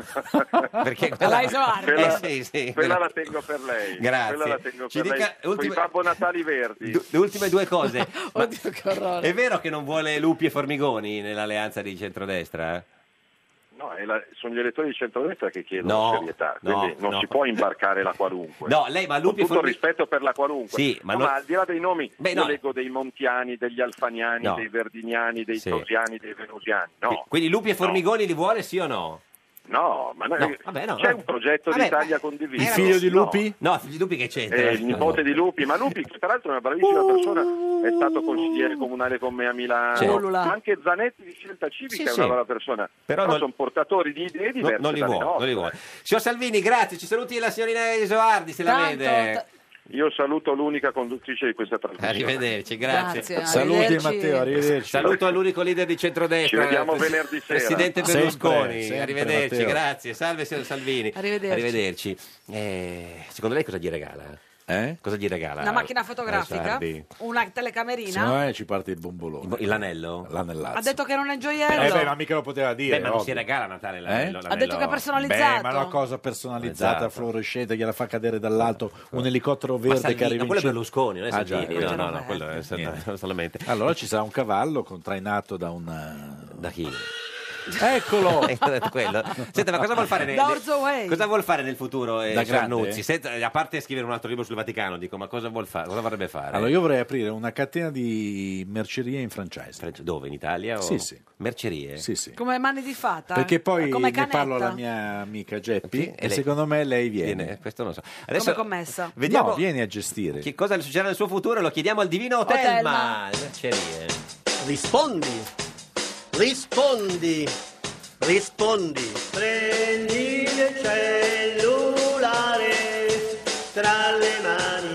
Perché Alla Isoardi. Quella, Eh, sì, sì, quella quella- la tengo per lei. Grazie. Quella la tengo Ci per dica- lei. ultime- Quei Babbo Natali verdi. Du- le ultime due cose. Ma Oddio, che orrore. è vero che non vuole lupi e formigoni nell'alleanza di centrodestra? eh? No, è la- sono gli elettori di centrodestra che chiedono No, serietà, no, quindi non no. si può imbarcare la qualunque. No, lei, ma Con lupi e tutto il formi- rispetto per la qualunque. Sì, ma No, non- ma al di là dei nomi, Beh, io no. leggo dei Montiani, degli Alfaniani, No. dei Verdiniani, dei Sì. Tosiani, dei Venusiani. No, Quindi lupi e formigoni li vuole, sì o no? no, ma no, No, vabbè, no, c'è no. un progetto Vabbè, d'Italia ma- condiviso. Il figlio di No. Lupi? No, figli di lupi che c'entra? Eh, il nipote di Lupi, ma Lupi che peraltro è una bravissima persona, è stato consigliere comunale con me a Milano, Certo. ma anche Zanetti di Scelta Civica Sì, è sì. una brava persona, Però però, non- sono portatori di idee No, diverse non li dalle vuole, non li nostre. vuole. Signor Salvini, grazie. Ci saluti la signorina Isoardi, se la Tanto, vede. ta- Io saluto l'unica conduttrice di questa trasmissione. Arrivederci, grazie. Grazie, Saluti arrivederci. Matteo, arrivederci. Saluto all'unico leader di centrodestra. Ci vediamo pres- venerdì sera. Presidente Sempre, Berlusconi. sempre, Arrivederci, Matteo. grazie. Salve signor Salvini. Arrivederci. Arrivederci. Eh, secondo lei cosa gli regala? Eh? Cosa gli regala? Una macchina fotografica? Sardi. Una telecamerina? Secondo me ci parte il bombolone. Il- L'anello? L'anellazzo. Ha detto che non è gioiello? Eh beh, ma mica lo poteva dire. Beh, ma non ovvio. si regala a Natale Eh? l'anello. Ha detto che è personalizzato. Beh, ma una cosa personalizzata, Esatto. fluorescente, gliela fa cadere dall'alto un elicottero Ma verde Salvini- che arriva no, in quello è cielo. Berlusconi, non è Ah, già, Salvini. quello no, è no, no, quello è Niente. solamente. Allora ci sarà un cavallo contrainato da un... Da chi? Eccolo! Quello. Senta, ma cosa vuol fare nel, Da Orzo Way. cosa vuol fare nel futuro eh, Da signor grande? Nuzzi? Senza- a parte scrivere un altro libro sul Vaticano, dico, ma cosa vuol fare? Cosa vorrebbe fare? Allora io vorrei aprire una catena di mercerie in franchise. Dove? In Italia? O... Sì, sì. Mercerie? Sì, sì. Come mani di fata? Perché poi Come ne canetta? parlo alla mia amica Geppi e e, lei- secondo me lei viene. Viene, questo non so. Come Adesso commessa? vediamo No, vieni a gestire. che cosa succederà nel suo futuro, lo chiediamo al divino Otelma. Otelma. Mercerie. Rispondi, rispondi, rispondi. Prendi il cellulare tra le mani.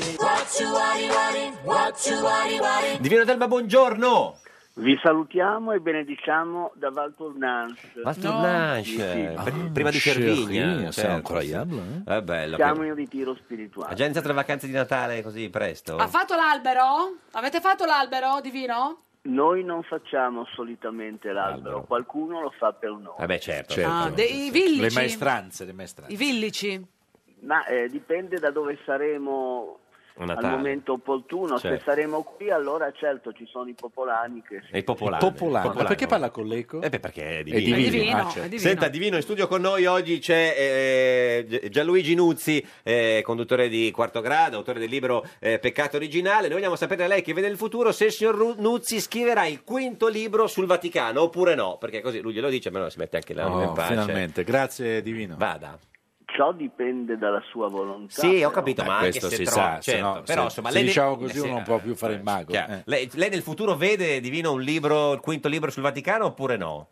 Divino Otelma, buongiorno. Vi salutiamo e benediciamo da Val Tournanche. Val Tournanche, Sì, sì. eh, pr- prima di chérie, Cervigna. c'est certo, incroyable, sì. eh? È bello. Siamo in ritiro spirituale. Ha già iniziato le vacanze di Natale così presto? Ha fatto l'albero? Avete fatto l'albero, Divino? Noi non facciamo solitamente l'albero, qualcuno lo fa per noi. Vabbè, certo. Certo. Ah, dei villici? Le maestranze, le maestranze. I villici? Ma eh, dipende da dove saremo A al Natale. momento opportuno. Certo. Se saremo qui, allora certo ci sono i popolani che E i popolani. Popolano. Popolano. Ma perché parla con l'eco? Eh beh, perché è È divino. divino. È divino, Ah, certo. è divino. Senta, Divino, in studio con noi oggi c'è eh, Gi- Gianluigi Nuzzi, eh, conduttore di Quarto Grado, autore del libro eh, Peccato Originale. Noi vogliamo sapere da lei che vede il futuro se il signor Ru- Nuzzi scriverà il quinto libro sul Vaticano oppure no, perché così lui glielo dice, ma no, si mette anche l'anima in Oh, pace. finalmente, grazie Divino. Vada. ciò dipende dalla sua volontà. Sì, ho però. capito, Beh, ma anche questo se si trova- sa, se certo, no- però se- insomma se lei ne- diciamo così eh, uno non può più fare il mago, chiaro. eh. Lei, lei nel futuro vede Divino un libro, il quinto libro sul Vaticano oppure no?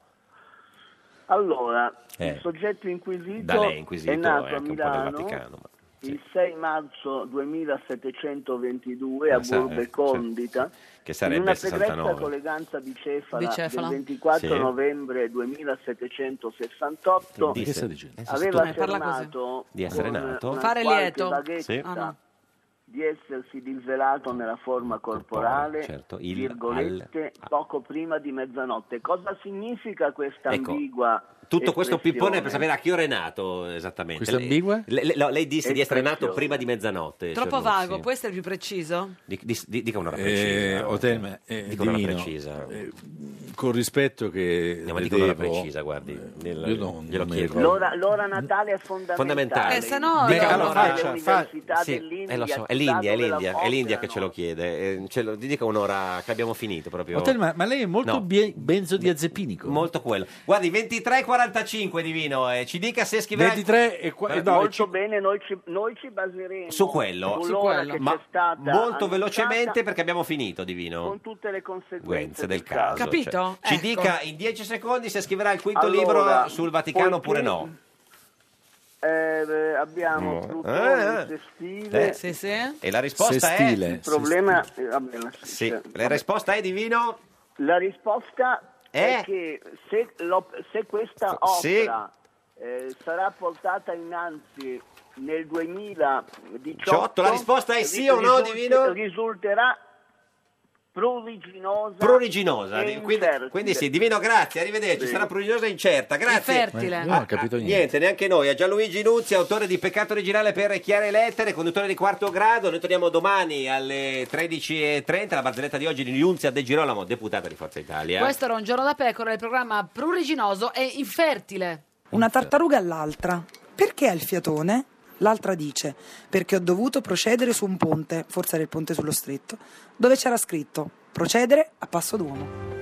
Allora, Eh. il soggetto inquisito, Da lei inquisito è nato e a anche un po' del Milano Vaticano. ma- il sei marzo duemilasettecentoventidue a Ah, sa- Burbe eh, Condita, Che sarebbe in una il pregressa sessantanove. colleganza bicefala, Bicefala. del ventiquattro Sì. novembre duemilasettentosessantotto, Che Che disse? sta dicendo? Eh, aveva Eh, parla così. affermato Di essere con nato? una Fare qualche lieto. vaghezza Sì. Ah, no. di essersi disvelato nella forma corporale, certo, il- virgolette, al- poco prima di mezzanotte. Cosa significa questa Ecco, ambigua Tutto questo pippone espressione? per sapere a che ora è nato esattamente. Questa Lei- ambigua? Lei, lei- no, lei disse di essere nato Espressione. prima di mezzanotte. Troppo signor vago, Nuzzi. può essere più preciso? Di- di- di- dica un'ora Eh, precisa. Otelma, eh, dica un'ora Divino, precisa. eh, con rispetto che No, ma le dica un'ora devo, precisa, guardi. eh, Nel- io non, glielo non mi chiedo. ricordo. L'ora, l'ora Natale è fondamentale. Fondamentale. Eh, se no, Dica io- allora, faccia, le fa- università Sì, dell'India, eh, lo so, è il l'India, è stato della l'India, è morte l'India che ce lo erano- chiede. Eh, ce lo- dica un'ora che abbiamo finito proprio. Otelma, ma lei è molto No. bie- benzodiazepinico. Molto quello. Guardi, ventitré e quarantacinque Divino, eh, ci dica se scriverà ventitré e qua- Eh, eh, no, Molto bene, noi ci, noi ci baseremo su quello, sull'ora Su quello. che ma c'è stata molto annunciata velocemente perché abbiamo finito Divino. con tutte le conseguenze Conseguenze del caso. caso. Capito? Cioè, ci Ecco. dica in dieci secondi se scriverà il quinto Allora, libro sul Vaticano poiché- oppure no. Eh, eh, abbiamo No. Plutone, Eh, sestile. eh. Sì, sì. E la risposta Sestile. Il problema eh, vabbè, la, è sì, cioè, la risposta è Divino. la risposta Eh? è che se, l'op- se questa Sì. opera eh, sarà portata innanzi nel duemiladiciotto, Diciotto, la risposta è sì o no, risulti- Divino? risulterà pruriginosa, Pruriginosa, e di- quindi, infertile. quindi sì, Divino, grazie, arrivederci, Sì. sarà pruriginosa e incerta, grazie. Infertile. Io non ho capito niente. Niente, neanche noi. A Gianluigi Nuzzi, autore di Peccato Originale per Chiare Lettere, conduttore di Quarto Grado. Noi torniamo domani alle tredici e trenta. La barzelletta di oggi di Nunzia De Girolamo, deputata di Forza Italia. Questo era Un giorno da pecora, il programma pruriginoso e infertile. Una tartaruga all'altra. Perché ha il fiatone? L'altra dice: perché ho dovuto procedere su un ponte, forse era il ponte sullo stretto, dove c'era scritto: procedere a passo d'uomo.